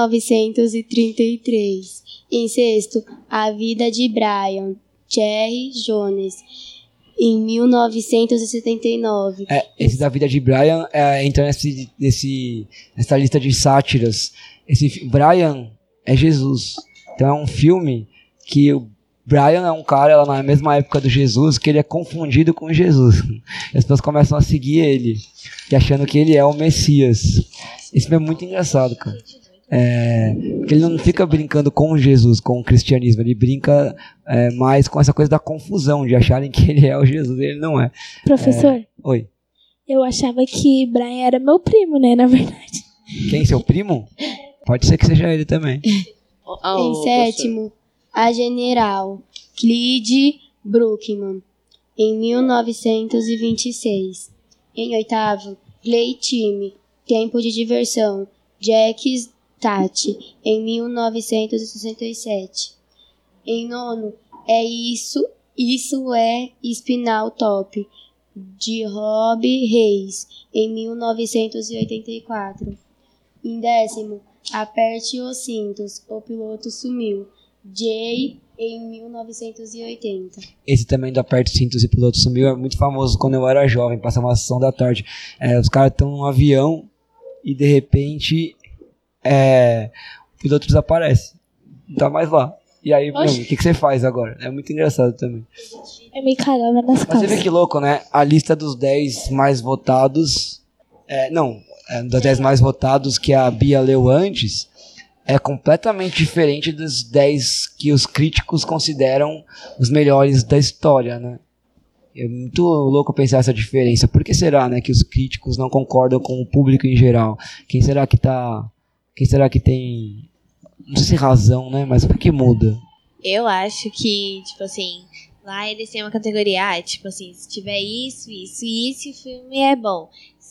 1933. Em sexto, A Vida de Brian, Jerry Jones, em 1979. Esse da Vida de Brian entra nessa lista de sátiras. Brian é Jesus. Então é um filme que o Brian é um cara lá na mesma época do Jesus, que ele é confundido com Jesus. As pessoas começam a seguir ele, e achando que ele é o Messias. Isso é muito engraçado, cara. Porque ele não fica brincando com Jesus, com o cristianismo. Ele brinca mais com essa coisa da confusão, de acharem que ele é o Jesus, e ele não é. Professor? Oi. Eu achava que Brian era meu primo, né, na verdade. Quem, seu primo? Pode ser que seja ele também. Em sétimo, A General, Clyde Bruckman, em 1926. Em oitavo, Playtime, Tempo de Diversão, Jack Tati, em 1967. Em nono, É Isso é Spinal Top, de Rob Reis, em 1984. Em 10º, Aperte os Cintos, o Piloto Sumiu, Jay, em 1980. Esse também do Aperte os Cintos e o Piloto Sumiu é muito famoso quando eu era jovem, passava uma sessão da tarde. Os caras estão num avião e de repente o piloto desaparece. Não tá mais lá. E aí, o que você faz agora? É muito engraçado também. Eu me cagava nas Mas calças. você vê que louco, né? A lista dos 10 mais votados... dos 10 mais votados que a Bia leu antes é completamente diferente dos 10 que os críticos consideram os melhores da história, né? É muito louco pensar essa diferença. Por que será, né, que os críticos não concordam com o público em geral? Quem será que tem... Não sei se razão, né? Mas por que muda? Eu acho que, tipo assim, lá eles têm uma categoria, tipo assim, se tiver isso, isso e isso, o filme é bom.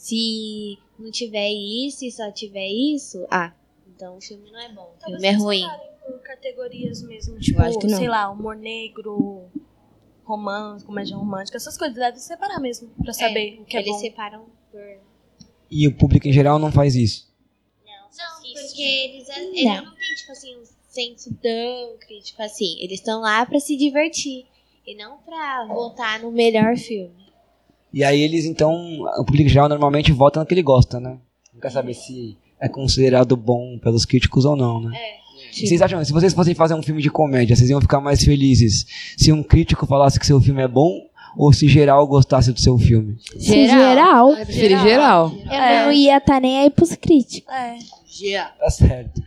Se não tiver isso e só tiver isso, então o filme não é bom, o filme é ruim. Por categorias mesmo, tipo, acho que não. sei lá, humor negro, romance, comédia romântica, essas coisas devem separar mesmo, pra saber o que é eles bom. separam por... E o público em geral não faz isso. Não, porque eles não têm, tipo assim, um senso tão crítico assim. Eles estão lá pra se divertir e não pra votar no melhor filme. E aí eles, então, o público em geral normalmente vota no que ele gosta, né? Não quer saber se é considerado bom pelos críticos ou não, né? E vocês acham, se vocês fossem fazer um filme de comédia, vocês iam ficar mais felizes se um crítico falasse que seu filme é bom ou se geral gostasse do seu filme? Geral. Eu prefiro geral. Eu não ia estar nem aí pros críticos. Tá certo.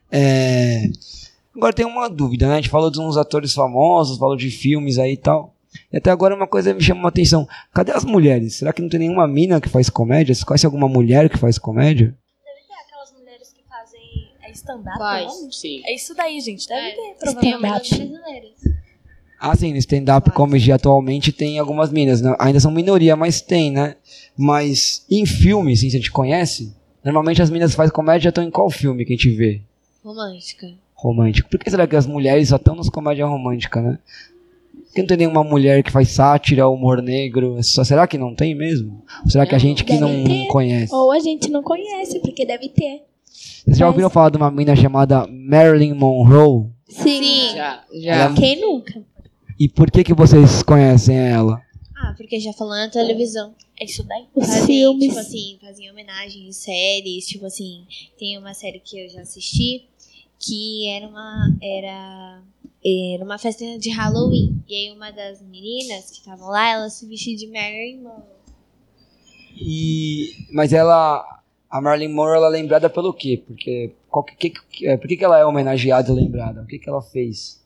Agora tem uma dúvida, né? A gente falou de uns atores famosos, falou de filmes aí e tal. E até agora uma coisa me chama a atenção. Cadê as mulheres? Será que não tem nenhuma mina que faz comédia? Você conhece alguma mulher que faz comédia? Deve ter aquelas mulheres que fazem stand-up, Faz, não? sim. É isso daí, gente. Deve ter, Provavelmente provavelmente. brasileiras. Sim, no stand-up comedy atualmente tem algumas minas, né? Ainda são minoria, mas tem, né? Mas em filme, assim, se a gente conhece, normalmente as minas que fazem comédia estão em qual filme que a gente vê? Romântica. Romântico. Por que será que as mulheres só estão nas comédias românticas, né? Por que não tem nenhuma mulher que faz sátira, humor negro? Será que não tem mesmo? Ou será que a gente que não conhece? Ou a gente não conhece, porque deve ter. Vocês já ouviram falar de uma mina chamada Marilyn Monroe? Sim. Já. Quem nunca? E por que vocês conhecem ela? Porque já falou na televisão. É isso daí? Os filmes. Tipo assim, fazem homenagem em séries. Tipo assim, tem uma série que eu já assisti que era uma festa de Halloween. E aí uma das meninas que estavam lá, ela se vestiu de Marilyn Monroe. Mas a Marilyn Monroe, ela é lembrada pelo quê? Porque por que ela é homenageada e lembrada? O que ela fez?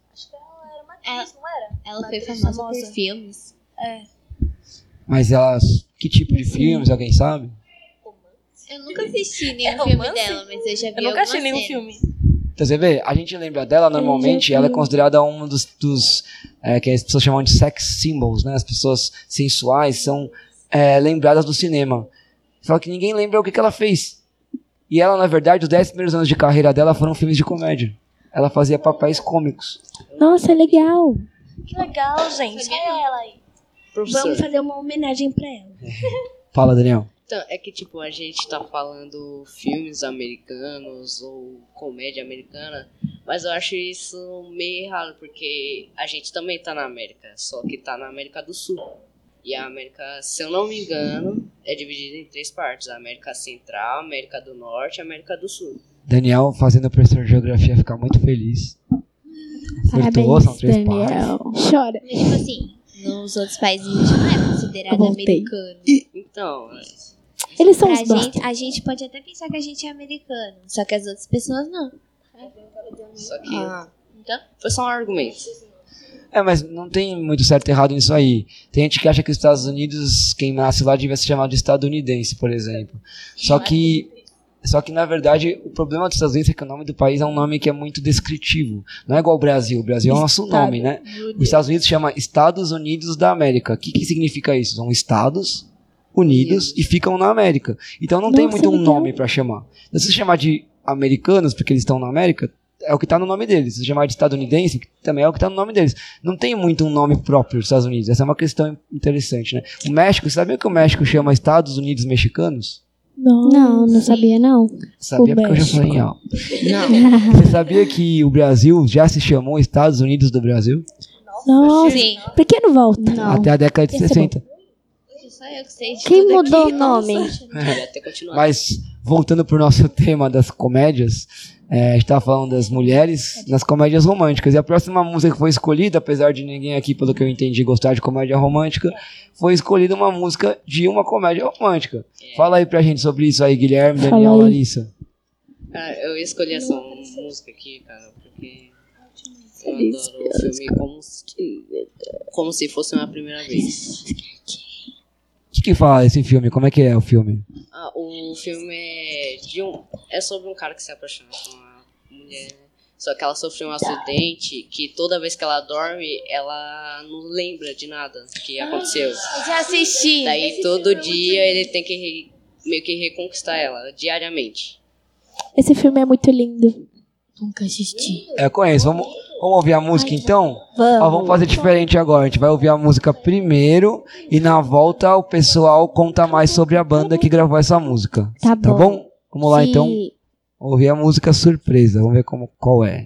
Ela foi famosa por filmes. Mas que tipo de filmes, alguém sabe? Eu nunca assisti nenhum filme dela, mas eu já vi. Eu nunca assisti nenhum filme. Então você vê, a gente lembra dela normalmente, ela é considerada um dos que as pessoas chamam de sex symbols, né? As pessoas sensuais são lembradas do cinema. Só que ninguém lembra o que ela fez. E ela, na verdade, os 10 primeiros anos de carreira dela foram filmes de comédia. Ela fazia papéis cômicos. Nossa, legal. Que legal, gente. Olha ela aí. Professor. Vamos fazer uma homenagem pra ela. Fala, Daniel. Então, é que, tipo, a gente tá falando filmes americanos ou comédia americana, mas eu acho isso meio errado, porque a gente também tá na América, só que tá na América do Sul. E a América, se eu não me engano, é dividida em 3 partes: a América Central, a América do Norte e a América do Sul. Daniel, fazendo o professor de geografia, ficar muito feliz. Parabéns, são 3 Daniel. partes. Chora. Mas, tipo assim, nos outros países a gente não é considerado americano. Então, eles são Pra os bosta. gente, a gente pode até pensar que a gente é americano, só que as outras pessoas não. Só que Então, foi só um argumento. Mas não tem muito certo e errado nisso aí. Tem gente que acha que os Estados Unidos, quem nasce lá devia ser chamado de estadunidense, por exemplo. Só que, na verdade, o problema dos Estados Unidos é que o nome do país é um nome que é muito descritivo. Não é igual o Brasil. O Brasil é o nosso nome, né? Os Estados Unidos chama Estados Unidos da América. O que significa isso? São Estados Unidos e ficam na América. Então não tem muito um nome para chamar. Se você chamar de americanos porque eles estão na América, é o que está no nome deles. Se chamar de estadunidense, também é o que está no nome deles. Não tem muito um nome próprio dos Estados Unidos. Essa é uma questão interessante, né? O México, você sabia que o México chama Estados Unidos mexicanos? Não sabia não. Sabia porque eu já falei em alto. Não. Você sabia que o Brasil já se chamou Estados Unidos do Brasil? Nossa, por que não volta? Até a década de 60. Quem mudou o nome? Mas, voltando pro nosso tema das comédias, a gente tava falando das mulheres nas comédias românticas. E a próxima música que foi escolhida, apesar de ninguém aqui, pelo que eu entendi, gostar de comédia romântica, foi escolhida uma música de uma comédia romântica. Fala aí pra gente sobre isso aí, Guilherme, Daniel, Larissa. Cara, eu escolhi essa música aqui, cara, porque eu adoro o filme como se fosse uma primeira vez. O que fala esse filme? Como é que é o filme? O filme é sobre um cara que se apaixona por uma mulher, né? Só que ela sofreu um acidente que toda vez que ela dorme, ela não lembra de nada que aconteceu. Já assisti. Daí todo dia ele tem que meio que reconquistar ela, diariamente. Esse filme é muito lindo. Nunca assisti. Eu conheço. Vamos ouvir a música então? Vamos fazer diferente agora. A gente vai ouvir a música primeiro e na volta o pessoal conta mais sobre a banda que gravou essa música. Tá bom? Vamos lá então. Ouvir a música surpresa. Vamos ver qual é.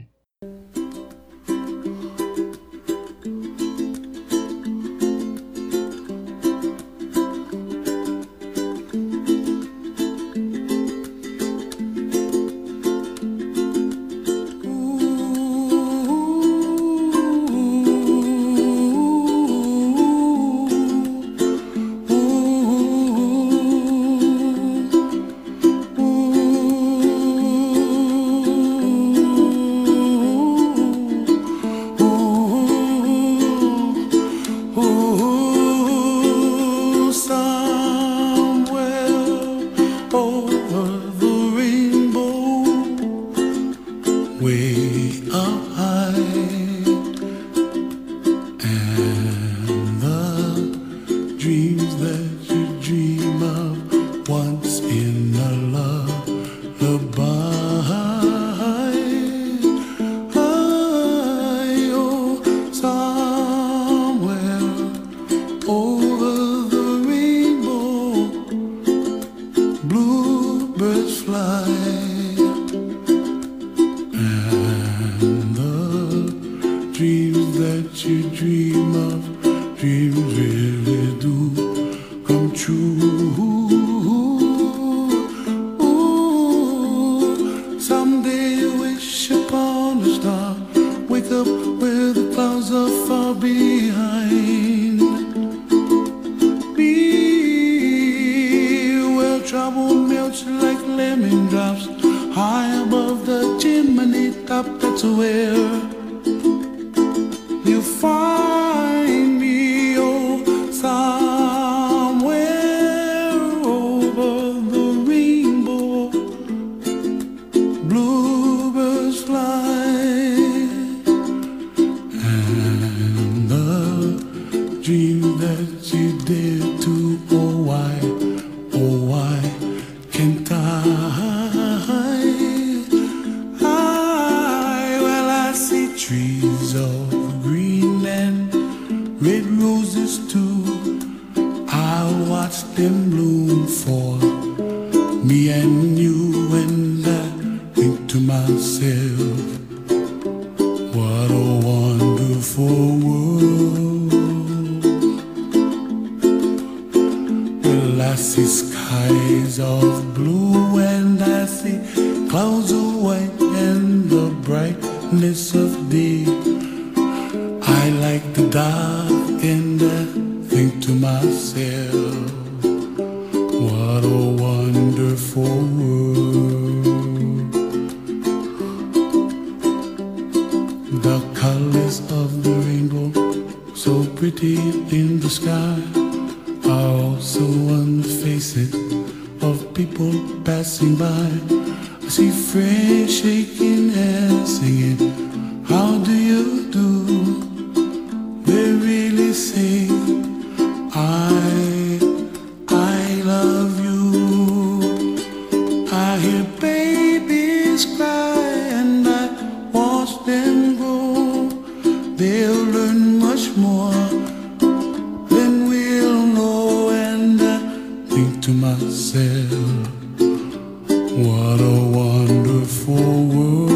we'll learn much more than we'll know. And I think to myself, what a wonderful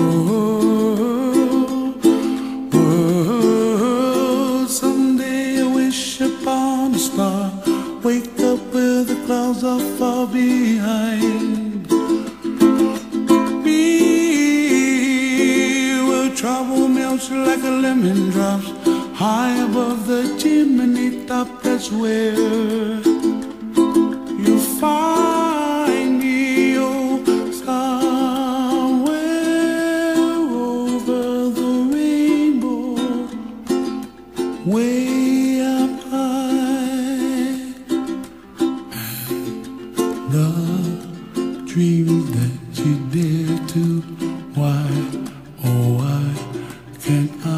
world. Someday I wish upon a star, wake up where the clouds are far behind me, where trouble melts like a lemon drops high above the chimney top. That's where you find me, oh, somewhere over the rainbow, way up high. The dreams that you dare to, why, oh why can't I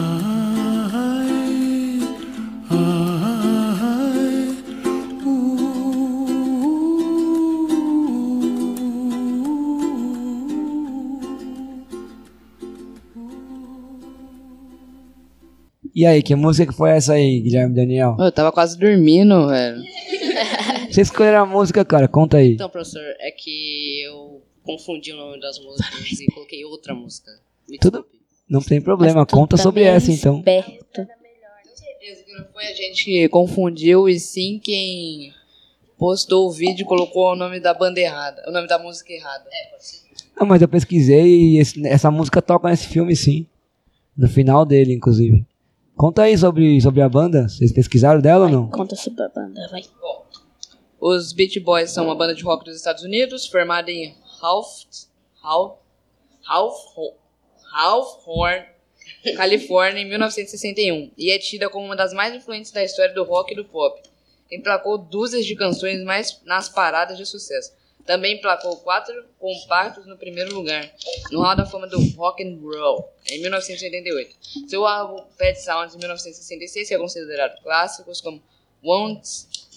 E aí, que música que foi essa aí, Guilherme Daniel? Eu tava quase dormindo, velho. Vocês escolheram a música, cara? Conta aí. Então, professor, é que eu confundi o nome das músicas e coloquei outra música. Tudo? Não tem problema, conta sobre essa então. Tenho certeza que não foi a gente que confundiu, e sim quem postou o vídeo e colocou o nome da banda errada, o nome da música errada. Pode ser. Ah, mas eu pesquisei e essa música toca nesse filme, sim. No final dele, inclusive. Conta aí sobre a banda. Vocês pesquisaram dela ou não? Conta sobre a banda, vai. Bom, os Beach Boys são uma banda de rock dos Estados Unidos, formada em Hawthorne, Califórnia, em 1961, e é tida como uma das mais influentes da história do rock e do pop. Emplacou dúzias de canções mais nas paradas de sucesso. Também emplacou 4 compactos no primeiro lugar, no Hall da Fama do Rock and Roll, em 1988. Seu álbum Pet Sounds, em 1966, é considerado clássicos como Won't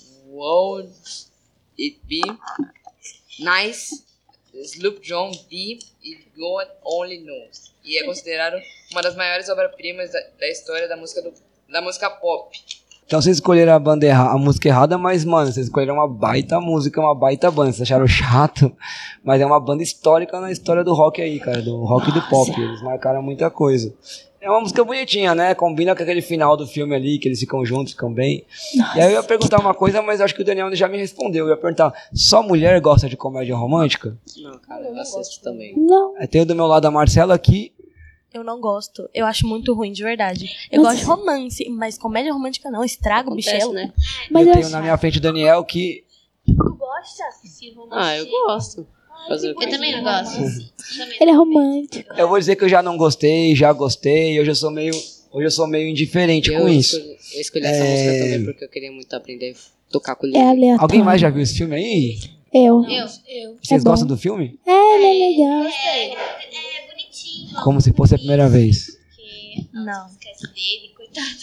It Be Nice, Sloop John B. e God Only Knows. E é considerado uma das maiores obras-primas da história da música pop. Então vocês escolheram a música errada, mas, mano, vocês escolheram uma baita música, uma baita banda. Vocês acharam chato, mas é uma banda histórica na história do rock aí, cara, do rock e do pop. Eles marcaram muita coisa. É uma música bonitinha, né? Combina com aquele final do filme ali, que eles ficam juntos, ficam bem. Nossa. E aí eu ia perguntar uma coisa, mas acho que o Daniel já me respondeu. Eu ia perguntar, só mulher gosta de comédia romântica? Não, cara, eu assisto também. Não. Tem do meu lado a Marcela aqui. Eu não gosto. Eu acho muito ruim, de verdade. Eu gosto de romance, mas comédia romântica não. Estraga o bichelo, né? Mas eu tenho na minha frente o Daniel que... Tu gosta? Eu gosto. Eu também não gosto. Ele é romântico. Eu vou dizer que eu já não gostei, já gostei. Hoje eu sou meio indiferente com isso. Eu escolhi essa música também porque eu queria muito aprender a tocar com É aleatório. Alguém mais já viu esse filme aí? Eu. Vocês gostam do filme? Ele é legal. É bonitinho. Como se fosse a primeira vez. Não. Esquece dele, coitado.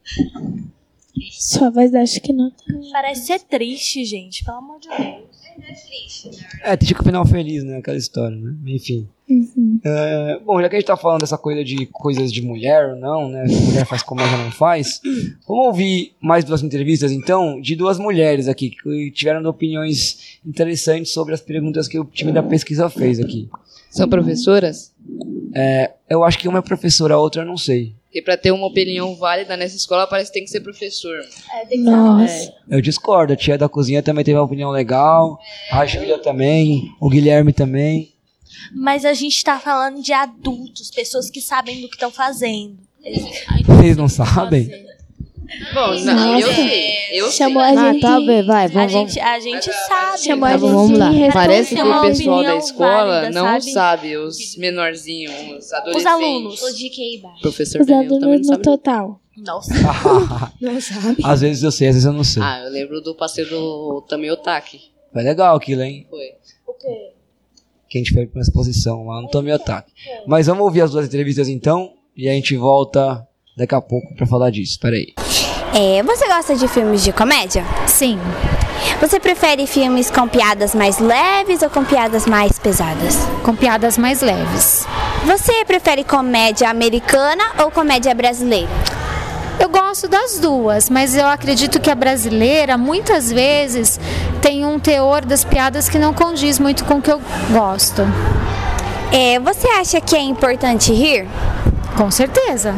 Sua voz acho que não. Parece ser triste, gente. Pelo amor de Deus. Não é triste, né? Tinha que o final feliz, né? Aquela história, né? Enfim. Uhum. Bom, já que a gente tá falando dessa coisa de coisas de mulher ou não, né? Se mulher faz comédia ou não faz. Vamos ouvir mais 2 entrevistas, então, de 2 mulheres aqui, que tiveram opiniões interessantes sobre as perguntas que o time da pesquisa fez aqui. São professoras? Eu acho que uma é professora, a outra eu não sei. Porque pra ter uma opinião válida nessa escola, parece que tem que ser professor. Nossa. Eu discordo, a tia da cozinha também teve uma opinião legal, a Júlia também, o Guilherme também. Mas a gente tá falando de adultos, pessoas que sabem do que estão fazendo. Vocês não sabem? Bom, não, eu sei. Chamou a gente. Tá bem, vai, vamos. A gente sabe. Chamou a gente. Vamos lá. Parece que o pessoal da escola válida, não sabe? sabe, os menorzinhos, os adolescentes. Os alunos. O de QI baixo. Professor Os Daniel também alunos não no sabe. total. Nossa. Não sabe. Às vezes eu sei, às vezes eu não sei. Eu lembro do passeio do Tamiotaki. Foi legal aquilo, hein? Foi. O quê? Que a gente foi pra uma exposição lá no Tomiotaki. Mas vamos ouvir as 2 entrevistas então, e a gente volta daqui a pouco pra falar disso. Pera aí. Você gosta de filmes de comédia? Sim. Você prefere filmes com piadas mais leves ou com piadas mais pesadas? Com piadas mais leves. Você prefere comédia americana ou comédia brasileira? Eu gosto das duas, mas eu acredito que a brasileira, muitas vezes, tem um teor das piadas que não condiz muito com o que eu gosto. Você acha que é importante rir? Com certeza.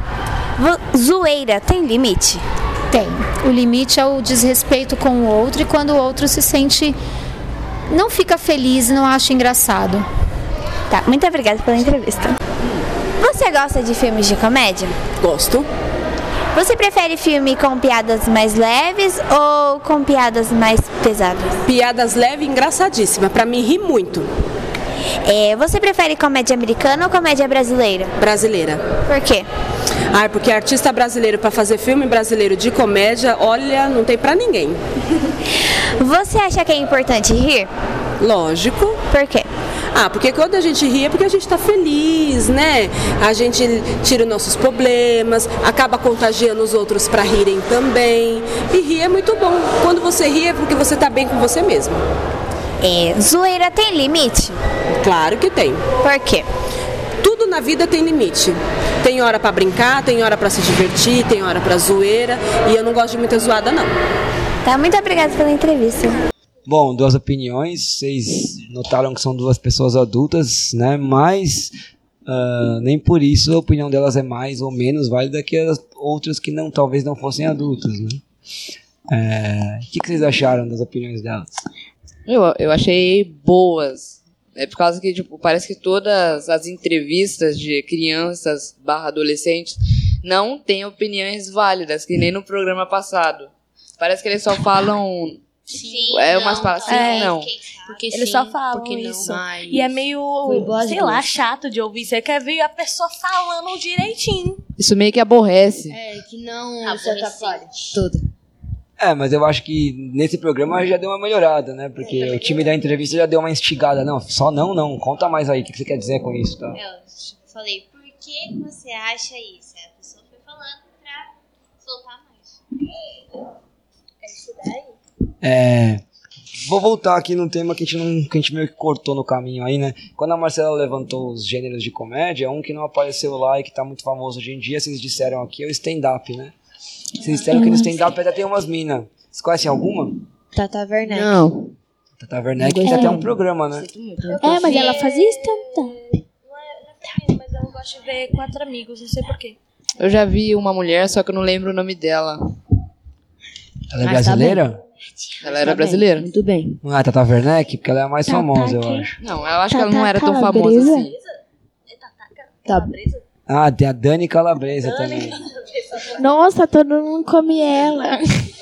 Zoeira tem limite? Tem. O limite é o desrespeito com o outro e quando o outro se sente... não fica feliz e não acha engraçado. Tá, muito obrigada pela entrevista. Você gosta de filmes de comédia? Gosto. Você prefere filme com piadas mais leves ou com piadas mais pesadas? Piadas leves e engraçadíssimas. Pra mim, ri muito. Você prefere comédia americana ou comédia brasileira? Brasileira. Por quê? Porque artista brasileiro pra fazer filme brasileiro de comédia, olha, não tem pra ninguém. Você acha que é importante rir? Lógico. Por quê? Porque quando a gente ri é porque a gente tá feliz, né? A gente tira os nossos problemas, acaba contagiando os outros pra rirem também. E rir é muito bom. Quando você ri é porque você tá bem com você mesmo. Zoeira tem limite? Claro que tem. Por quê? Tudo na vida tem limite. Tem hora pra brincar, tem hora pra se divertir, tem hora pra zoeira. E eu não gosto de muita zoada, não. Tá, muito obrigada pela entrevista. Bom, duas opiniões. Vocês notaram que são duas pessoas adultas, né? Mas nem por isso a opinião delas é mais ou menos válida que as outras que talvez não fossem adultas, né? O que vocês acharam das opiniões delas? Eu achei boas. É por causa que, parece que todas as entrevistas de crianças / adolescentes não têm opiniões válidas, que nem no programa passado. Parece que eles só falam... Sim, umas palavras sim, não. Porque eles só falam isso. E é meio, sei lá, chato de ouvir. Você quer ver a pessoa falando direitinho. Isso meio que aborrece. Que não se atrapalha. Tudo. Mas eu acho que nesse programa já deu uma melhorada, né? Porque o time da entrevista já deu uma instigada. Não, só não. Conta mais aí. O que você quer dizer com isso, tá? Eu falei, por que você acha isso? A pessoa foi falando pra soltar mais. É isso daí. Vou voltar aqui num tema que a gente meio que cortou no caminho aí, né? Quando a Marcela levantou os gêneros de comédia, um que não apareceu lá e que tá muito famoso hoje em dia, vocês disseram aqui, é o stand-up, né? Vocês disseram que no stand-up até tem umas minas. Vocês conhecem alguma? Tata Werneck. Não. Tata Werneck tem até um programa, né? Mas ela fazia stand-up. Mas eu gosto de ver 4 amigos, não sei porquê. Eu já vi uma mulher, só que eu não lembro o nome dela. Ela é brasileira? Ela era brasileira. Muito bem. Não é a Tata Werneck? Porque ela é a mais famosa, eu acho. Não, eu acho que ela não era tão famosa assim. Tem a Dani Calabresa também. Nossa, todo mundo come ela.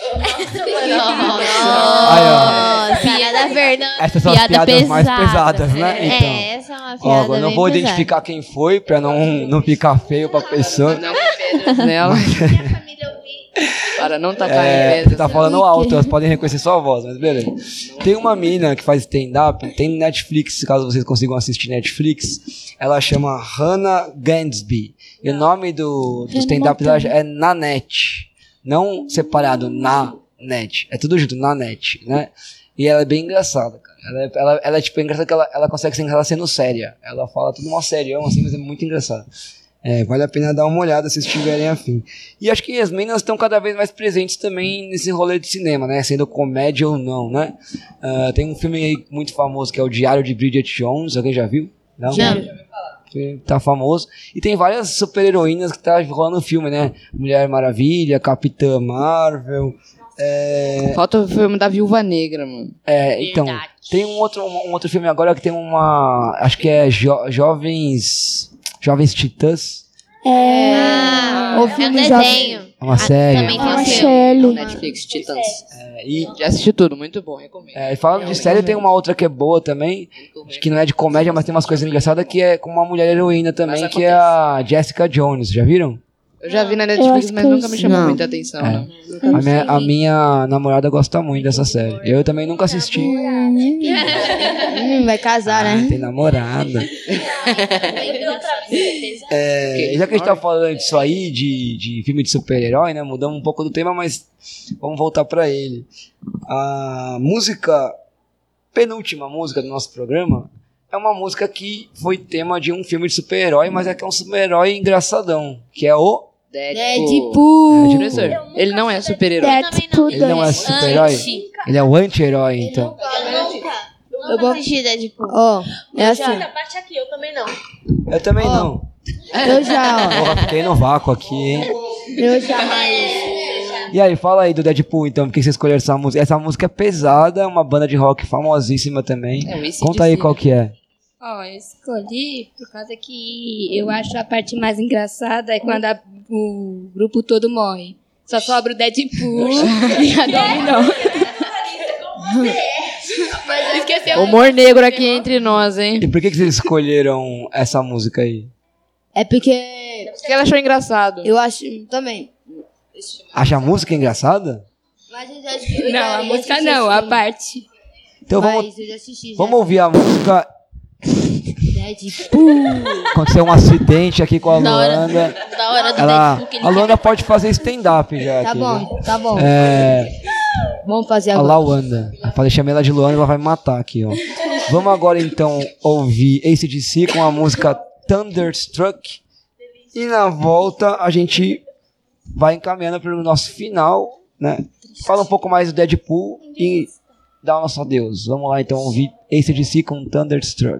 Piada verdade. Essas são as piadas pesada. mais pesadas, né? Então, essa é uma piada eu não bem vou pesada. identificar quem foi, pra não ficar feio pra pessoa. Não pedras nela. Para não tacar em pedras. Você tá falando alto, elas podem reconhecer sua voz, mas beleza. Tem uma mina que faz stand-up, tem no Netflix, caso vocês consigam assistir Netflix. Ela chama Hannah Gadsby. E o nome do stand-up dela é Nanette. Não separado, na net. É tudo junto, Nanette, né? E ela é bem engraçada, cara. Ela é tipo engraçada que ela consegue ser engraçada sendo séria. Ela fala tudo uma serião, assim, mas é muito engraçada. Vale a pena dar uma olhada se estiverem afim. E acho que as meninas estão cada vez mais presentes também nesse rolê de cinema, né? Sendo comédia ou não, né? Tem um filme aí muito famoso que é o Diário de Bridget Jones. Alguém já viu? Não? Já. Tá famoso. E tem várias super-heroínas que tá rolando no filme, né? Mulher Maravilha, Capitã Marvel. Falta o filme da Viúva Negra, mano. Então, tem um outro filme agora que tem uma... Acho que é Jovens Titãs. O filme desenho. É uma série. Também tem um filme. Netflix, Titãs. Já assisti tudo, muito bom, recomendo. Falando de série, tem uma outra que é boa também, que não é de comédia, mas tem umas coisas engraçadas, que é com uma mulher heroína também, que é a Jessica Jones. Já viram? Eu já vi na Netflix, mas nunca me chamou muita atenção, não. A minha namorada gosta muito dessa série. Eu também nunca assisti. Vai casar, né? Tem namorada. Já que a gente tá falando disso aí, de filme de super-herói, né? Mudamos um pouco do tema, mas vamos voltar pra ele. A penúltima música do nosso programa é uma música que foi tema de um filme de super-herói, mas é que é um super-herói engraçadão, que é o Deadpool. Professor, ele não é super-herói. Deadpool Ele não é super-herói? Ele é o anti-herói, então. Eu vou assistir Deadpool. Ó, é assim. Já, parte aqui, eu também não. Eu também não. Eu já, ó. Porra, fiquei no vácuo aqui, hein? Eu jamais. E aí, fala aí do Deadpool, então, por que você escolheu essa música? Essa música é pesada, é uma banda de rock famosíssima também. Conta aí qual que é. Ó, eu escolhi por causa que eu acho a parte mais engraçada é quando o grupo todo morre. Só sobra o Deadpool e a Dominó. Esqueceu. Humor negro aqui entre nós, hein? E por que vocês escolheram essa música aí? É porque ela achou engraçado. eu acho também. Acha a música engraçada? Mas eu já assisti. Não, a música não, a parte. Então Mas eu já assisti. vamos ouvir a música. Deadpool. Aconteceu um acidente aqui com a Da hora- Luanda. da hora do Ela, Deadpool que ele a Luanda pode fazer stand-up já Tá aqui, bom, né? tá bom. Vamos fazer A agora. Luanda. Eu falei, chamei ela de Luanda, ela vai me matar aqui, ó. Vamos agora então ouvir AC/DC com a música Thunderstruck. E na volta a gente vai encaminhando para o nosso final, né? Fala um pouco mais do Deadpool e dá o nosso adeus. Vamos lá então ouvir AC/DC com Thunderstruck.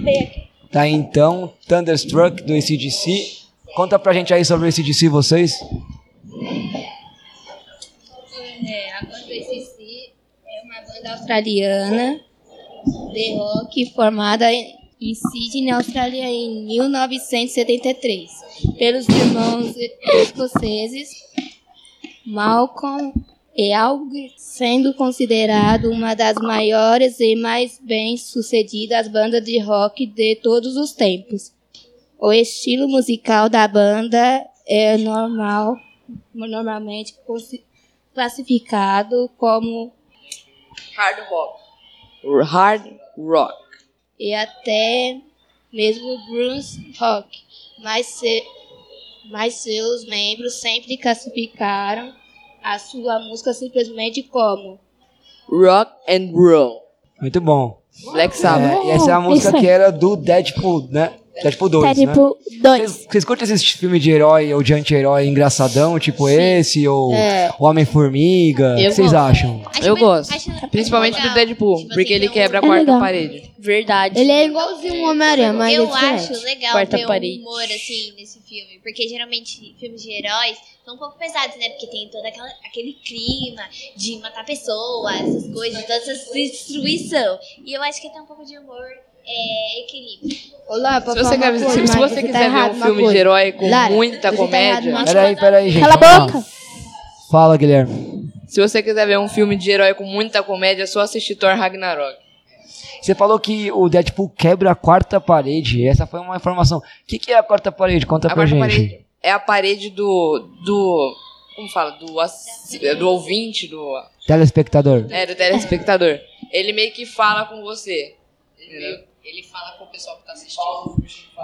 Tá, então, Thunderstruck do AC/DC. Conta pra gente aí sobre o AC/DC, vocês. A banda AC/DC é uma banda australiana de rock formada em Sydney, Austrália, em 1973, pelos irmãos escoceses Malcolm e Alge, sendo considerado uma das maiores e mais bem-sucedidas bandas de rock de todos os tempos. O estilo musical da banda é normalmente classificado como hard rock e até mesmo blues rock, mas seus membros sempre classificaram a sua música simplesmente como rock and roll. Muito bom. Black Sabbath. E essa é a música que era do Deadpool, né? Deadpool 2, Deadpool né? 2. Vocês curtem esses filmes de herói ou de anti-herói engraçadão, tipo esse, ou o Homem-Formiga? O que vocês acham? Eu gosto. Principalmente do Deadpool, porque ele quebra a quarta parede. Verdade. Ele é igualzinho um Homem-Aranha, mas eu é diferente. acho legal Quarta ver parede. um humor assim nesse filme, porque geralmente filmes de heróis são um pouco pesados, né? Porque tem todo aquele clima de matar pessoas, essas coisas, toda essa destruição. E eu acho que tem um pouco de humor, equilíbrio. Olá, Se você quiser ver um filme de herói com muita comédia... Peraí, gente. Cala a boca. Fala, Guilherme. Se você quiser ver um filme de herói com muita comédia, é só assistir Thor Ragnarok. Você falou que o Deadpool quebra a quarta parede. Essa foi uma informação. O que é a quarta parede? Conta pra gente. Parede é a parede do como fala? Do ouvinte, do... Telespectador. Do telespectador. Ele meio que fala com você. Ele fala com o pessoal que tá assistindo.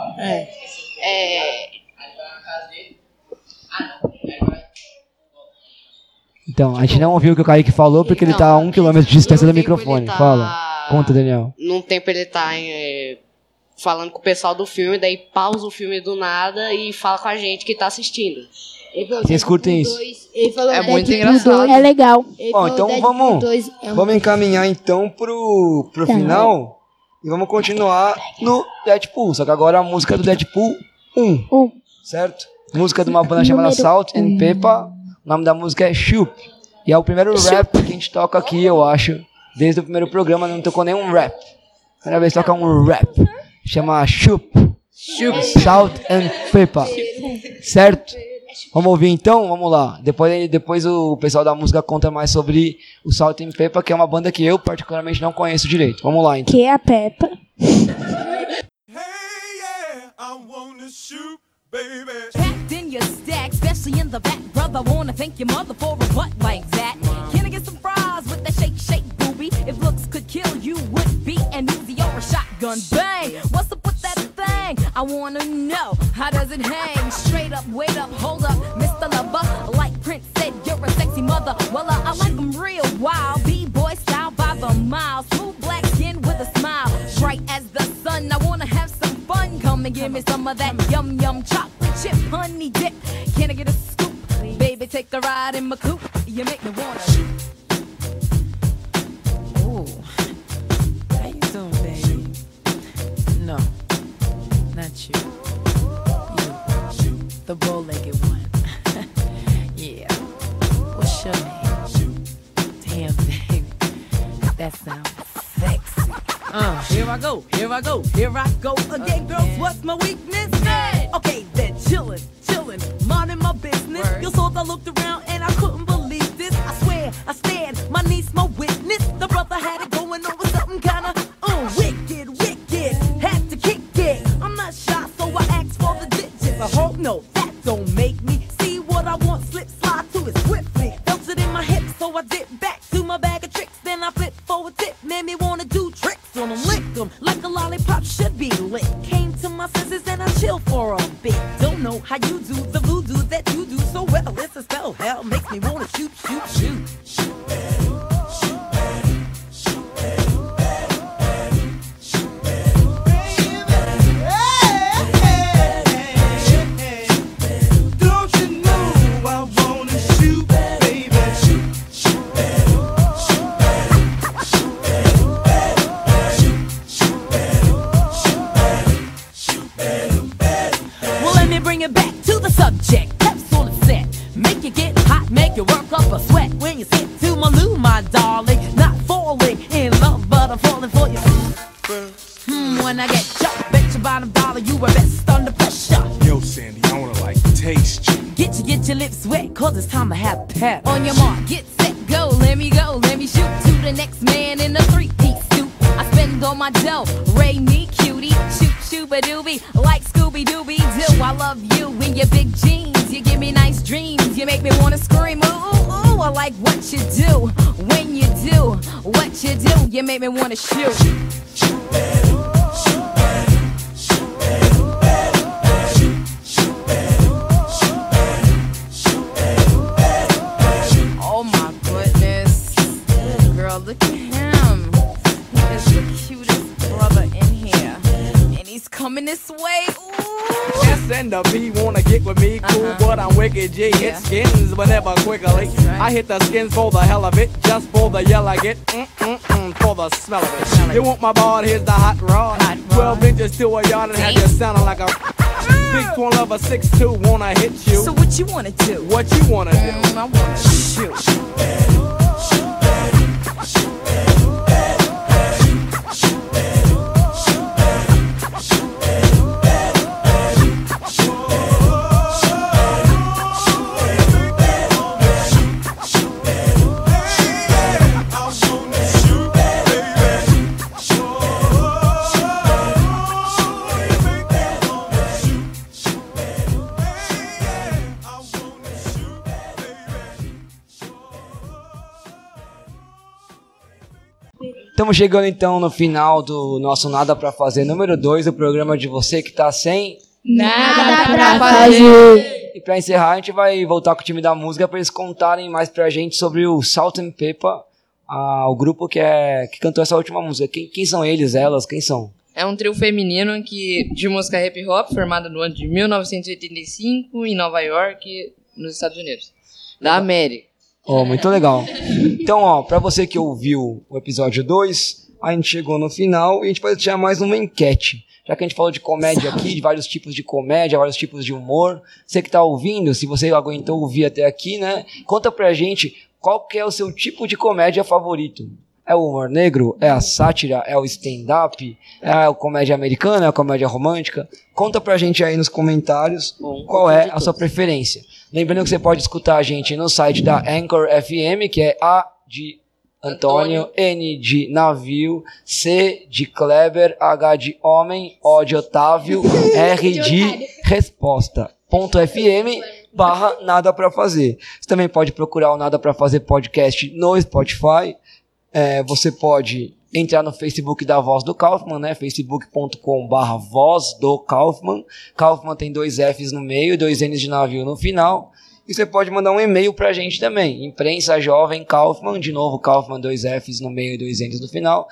Então, a gente não ouviu o que o Kaique falou porque ele tá a 1 km de distância do microfone. Fala. Conta, Daniel. Num tempo ele tá falando com o pessoal do filme, daí pausa o filme do nada e fala com a gente que tá assistindo. Vocês curtem isso? É muito engraçado. É legal. Bom, então vamos encaminhar então pro final e vamos continuar no Deadpool. Só que agora a música do Deadpool 1. Certo? Música de uma banda chamada Salt and Pepper. O nome da música é Shoop. E é o primeiro rap que a gente toca aqui, eu acho. Desde o primeiro programa não tocou nenhum rap. Primeira vez toca um rap. Chama Shoop. Salt and Pepper. Certo? Vamos ouvir então? Vamos lá. Depois o pessoal da música conta mais sobre o Salt and Pepper, que é uma banda que eu particularmente não conheço direito. Vamos lá então. Que é a Peppa. Packed in your stack, especially in the back, brother. Wanna thank your mother for a butt like that. Can I get some fries with that shake, booby? If looks could kill, you would be an Uzi or a shotgun. Bang! What's up with that thing? I wanna know, how does it hang? Straight up, wait up, hold up, Mr. Lover. Like Prince said, you're a sexy mother. Well, I like them real wild, B-boy style by the mile. Smooth black skin with a smile, bright as the sun. I wanna have some fun. Come and give me some of that yum yum chocolate chip honey dip. Can I get a scoop? Baby, take a ride in my coupe. You make me wanna shoot. Ooh, how you doing, baby? No, not you. You, the bow-legged one. Yeah. What's your name? Damn, baby, that sounds sexy. Here I go, here I go, here I go again, girls. What's my weakness? Hey. Okay, then chillin', minding my business. Word. You saw I looked around and I couldn't believe this. I swear, I stand, my niece, my witness. The brother had it going on with something kinda wicked. Had to kick it. I'm not shy, so I asked for the digits. I hope no, that don't make me see what I want. Slip, slide to it swiftly. Felt it in my hips, so I dip back to my bag of tricks. Then I flip for a tip, made me wanna do tricks. On them, lick them like a lollipop should be lit. Came to my senses and I chill for a bit. Don't know how you do the voodoo that you do so well. It's a spell, hell makes me wanna shoot. When I get jumped, bet your bottom dollar you were best under pressure. Yo, Sandy, I wanna like taste you. Get your lips wet, cause it's time to have pep. On your mark, get set, go, let me shoot to the next man in a three-piece suit. I spend all my dough, Ray me cutie, shoot-a-doobie, like Scooby-Dooby-Doo. I love you in your big jeans, you give me nice dreams, you make me wanna scream, ooh, I like what you do, when you do, what you do, you make me wanna shoot. Oh my goodness. Girl, look at him. He is the cutest brother in here. And he's coming this way. Ooh. S and the P wanna get with me, cool, but I'm wicked G. Hit skins, but never quickly. I hit the skins for the hell of it, just for the yell I get. For the smell of it. You want my ball? Here's the hot rod. 12 inches to a yard and have you sounding like a big twin lover 6'2", wanna hit you. So what you wanna do? What you wanna do? I wanna shoot. Estamos chegando então no final do nosso Nada Pra Fazer número 2, do programa de você que tá sem nada pra fazer. E pra encerrar a gente vai voltar com o time da música pra eles contarem mais pra gente sobre o Salt and Pepper, o grupo que cantou essa última música. Quem são eles, elas, quem são? É um trio feminino de música hip hop, formado no ano de 1985 em Nova York, nos Estados Unidos, da América. Muito legal. Então, pra você que ouviu o episódio 2, a gente chegou no final e a gente vai deixar mais uma enquete. Já que a gente falou de comédia aqui, de vários tipos de comédia, vários tipos de humor. Você que tá ouvindo, se você aguentou ouvir até aqui, né? Conta pra gente qual que é o seu tipo de comédia favorito. É o humor negro? É a sátira? É o stand-up? É a comédia americana? É a comédia romântica? Conta pra gente aí nos comentários qual é a sua preferência. Lembrando que você pode escutar a gente no site da Anchor FM, que é A de Antônio, N de Navio, C de Kleber, H de Homem, O de Otávio, R de Resposta. .fm/Nada Pra Fazer. Você também pode procurar o Nada Pra Fazer podcast no Spotify. Você pode entrar no Facebook da Voz do Kaufman, né? facebook.com/Voz do Kaufman. Kaufman tem 2 Fs no meio e 2 Ns de navio no final. E você pode mandar um e-mail pra gente também. Imprensa Jovem Kaufman, de novo Kaufman, 2 Fs no meio e 2 Ns no final,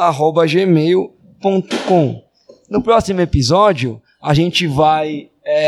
@gmail.com. No próximo episódio, a gente vai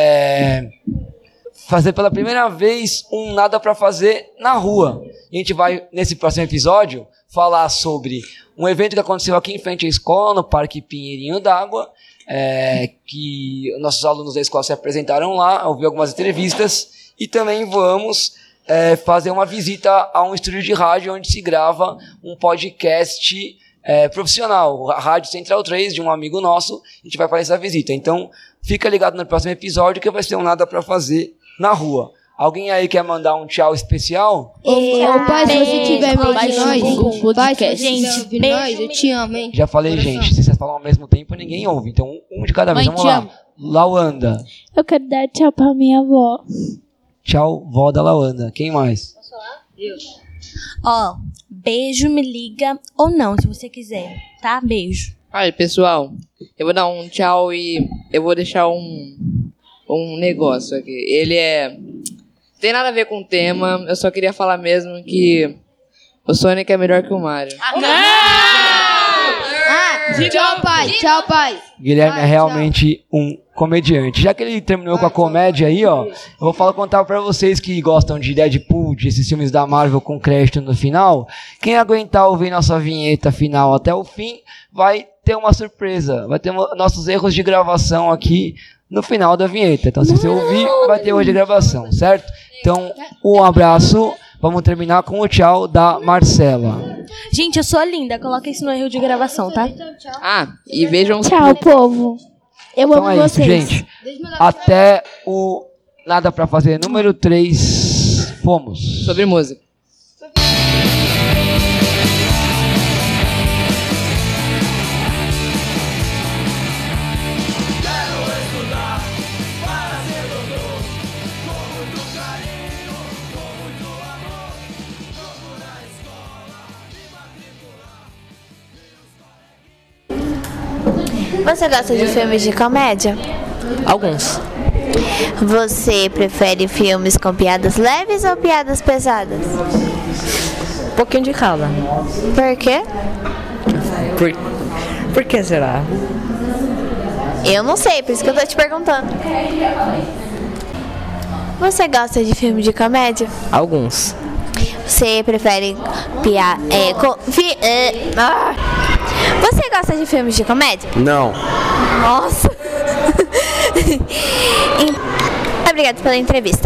fazer pela primeira vez um Nada Pra Fazer na rua. E a gente vai, nesse próximo episódio, falar sobre um evento que aconteceu aqui em frente à escola, no Parque Pinheirinho d'Água, que nossos alunos da escola se apresentaram lá, ouvi algumas entrevistas, e também vamos fazer uma visita a um estúdio de rádio onde se grava um podcast profissional, a Rádio Central 3, de um amigo nosso. A gente vai fazer essa visita. Então, fica ligado no próximo episódio que vai ser um Nada Pra Fazer na rua. Alguém aí quer mandar um tchau especial? Pai, se você tiver meio de nós, gente, nós, eu te amo, hein? Já falei, gente, se vocês falam ao mesmo tempo, ninguém ouve. Então, um de cada vez. Vamos lá. Lawanda. Eu quero dar tchau pra minha avó. Tchau, vó da Lawanda. Quem mais? Posso falar? Eu. Beijo, me liga ou não, se você quiser, tá? Beijo. Aí, pessoal, eu vou dar um tchau e eu vou deixar um negócio aqui. Ele tem nada a ver com o tema, eu só queria falar mesmo que o Sonic é melhor que o Mario. Tchau, pai. Tchau, pai. Guilherme é realmente um comediante. Já que ele terminou com a comédia aí, ó, eu vou contar pra vocês que gostam de Deadpool, de esses filmes da Marvel com crédito no final. Quem aguentar ouvir nossa vinheta final até o fim, vai ter uma surpresa. Vai ter nossos erros de gravação aqui no final da vinheta. Então, se você ouvir, vai ter erro de gravação, certo? Então, um abraço. vamos terminar com o tchau da Marcela. Gente, eu sou linda. Coloca isso no erro de gravação, tá? Ah, e vejam... Tchau, povo. Eu Então amo é isso, vocês. gente. Até o Nada Pra Fazer número 3. Fomos. Sobre música. Você gosta de filmes de comédia? Alguns. Você prefere filmes com piadas leves ou piadas pesadas? Um pouquinho de cada. Por quê? Por que será? Eu não sei, por isso que eu tô te perguntando. Você gosta de filme de comédia? Alguns. Você prefere Você gosta de filmes de comédia? Não. Nossa! Obrigada pela entrevista.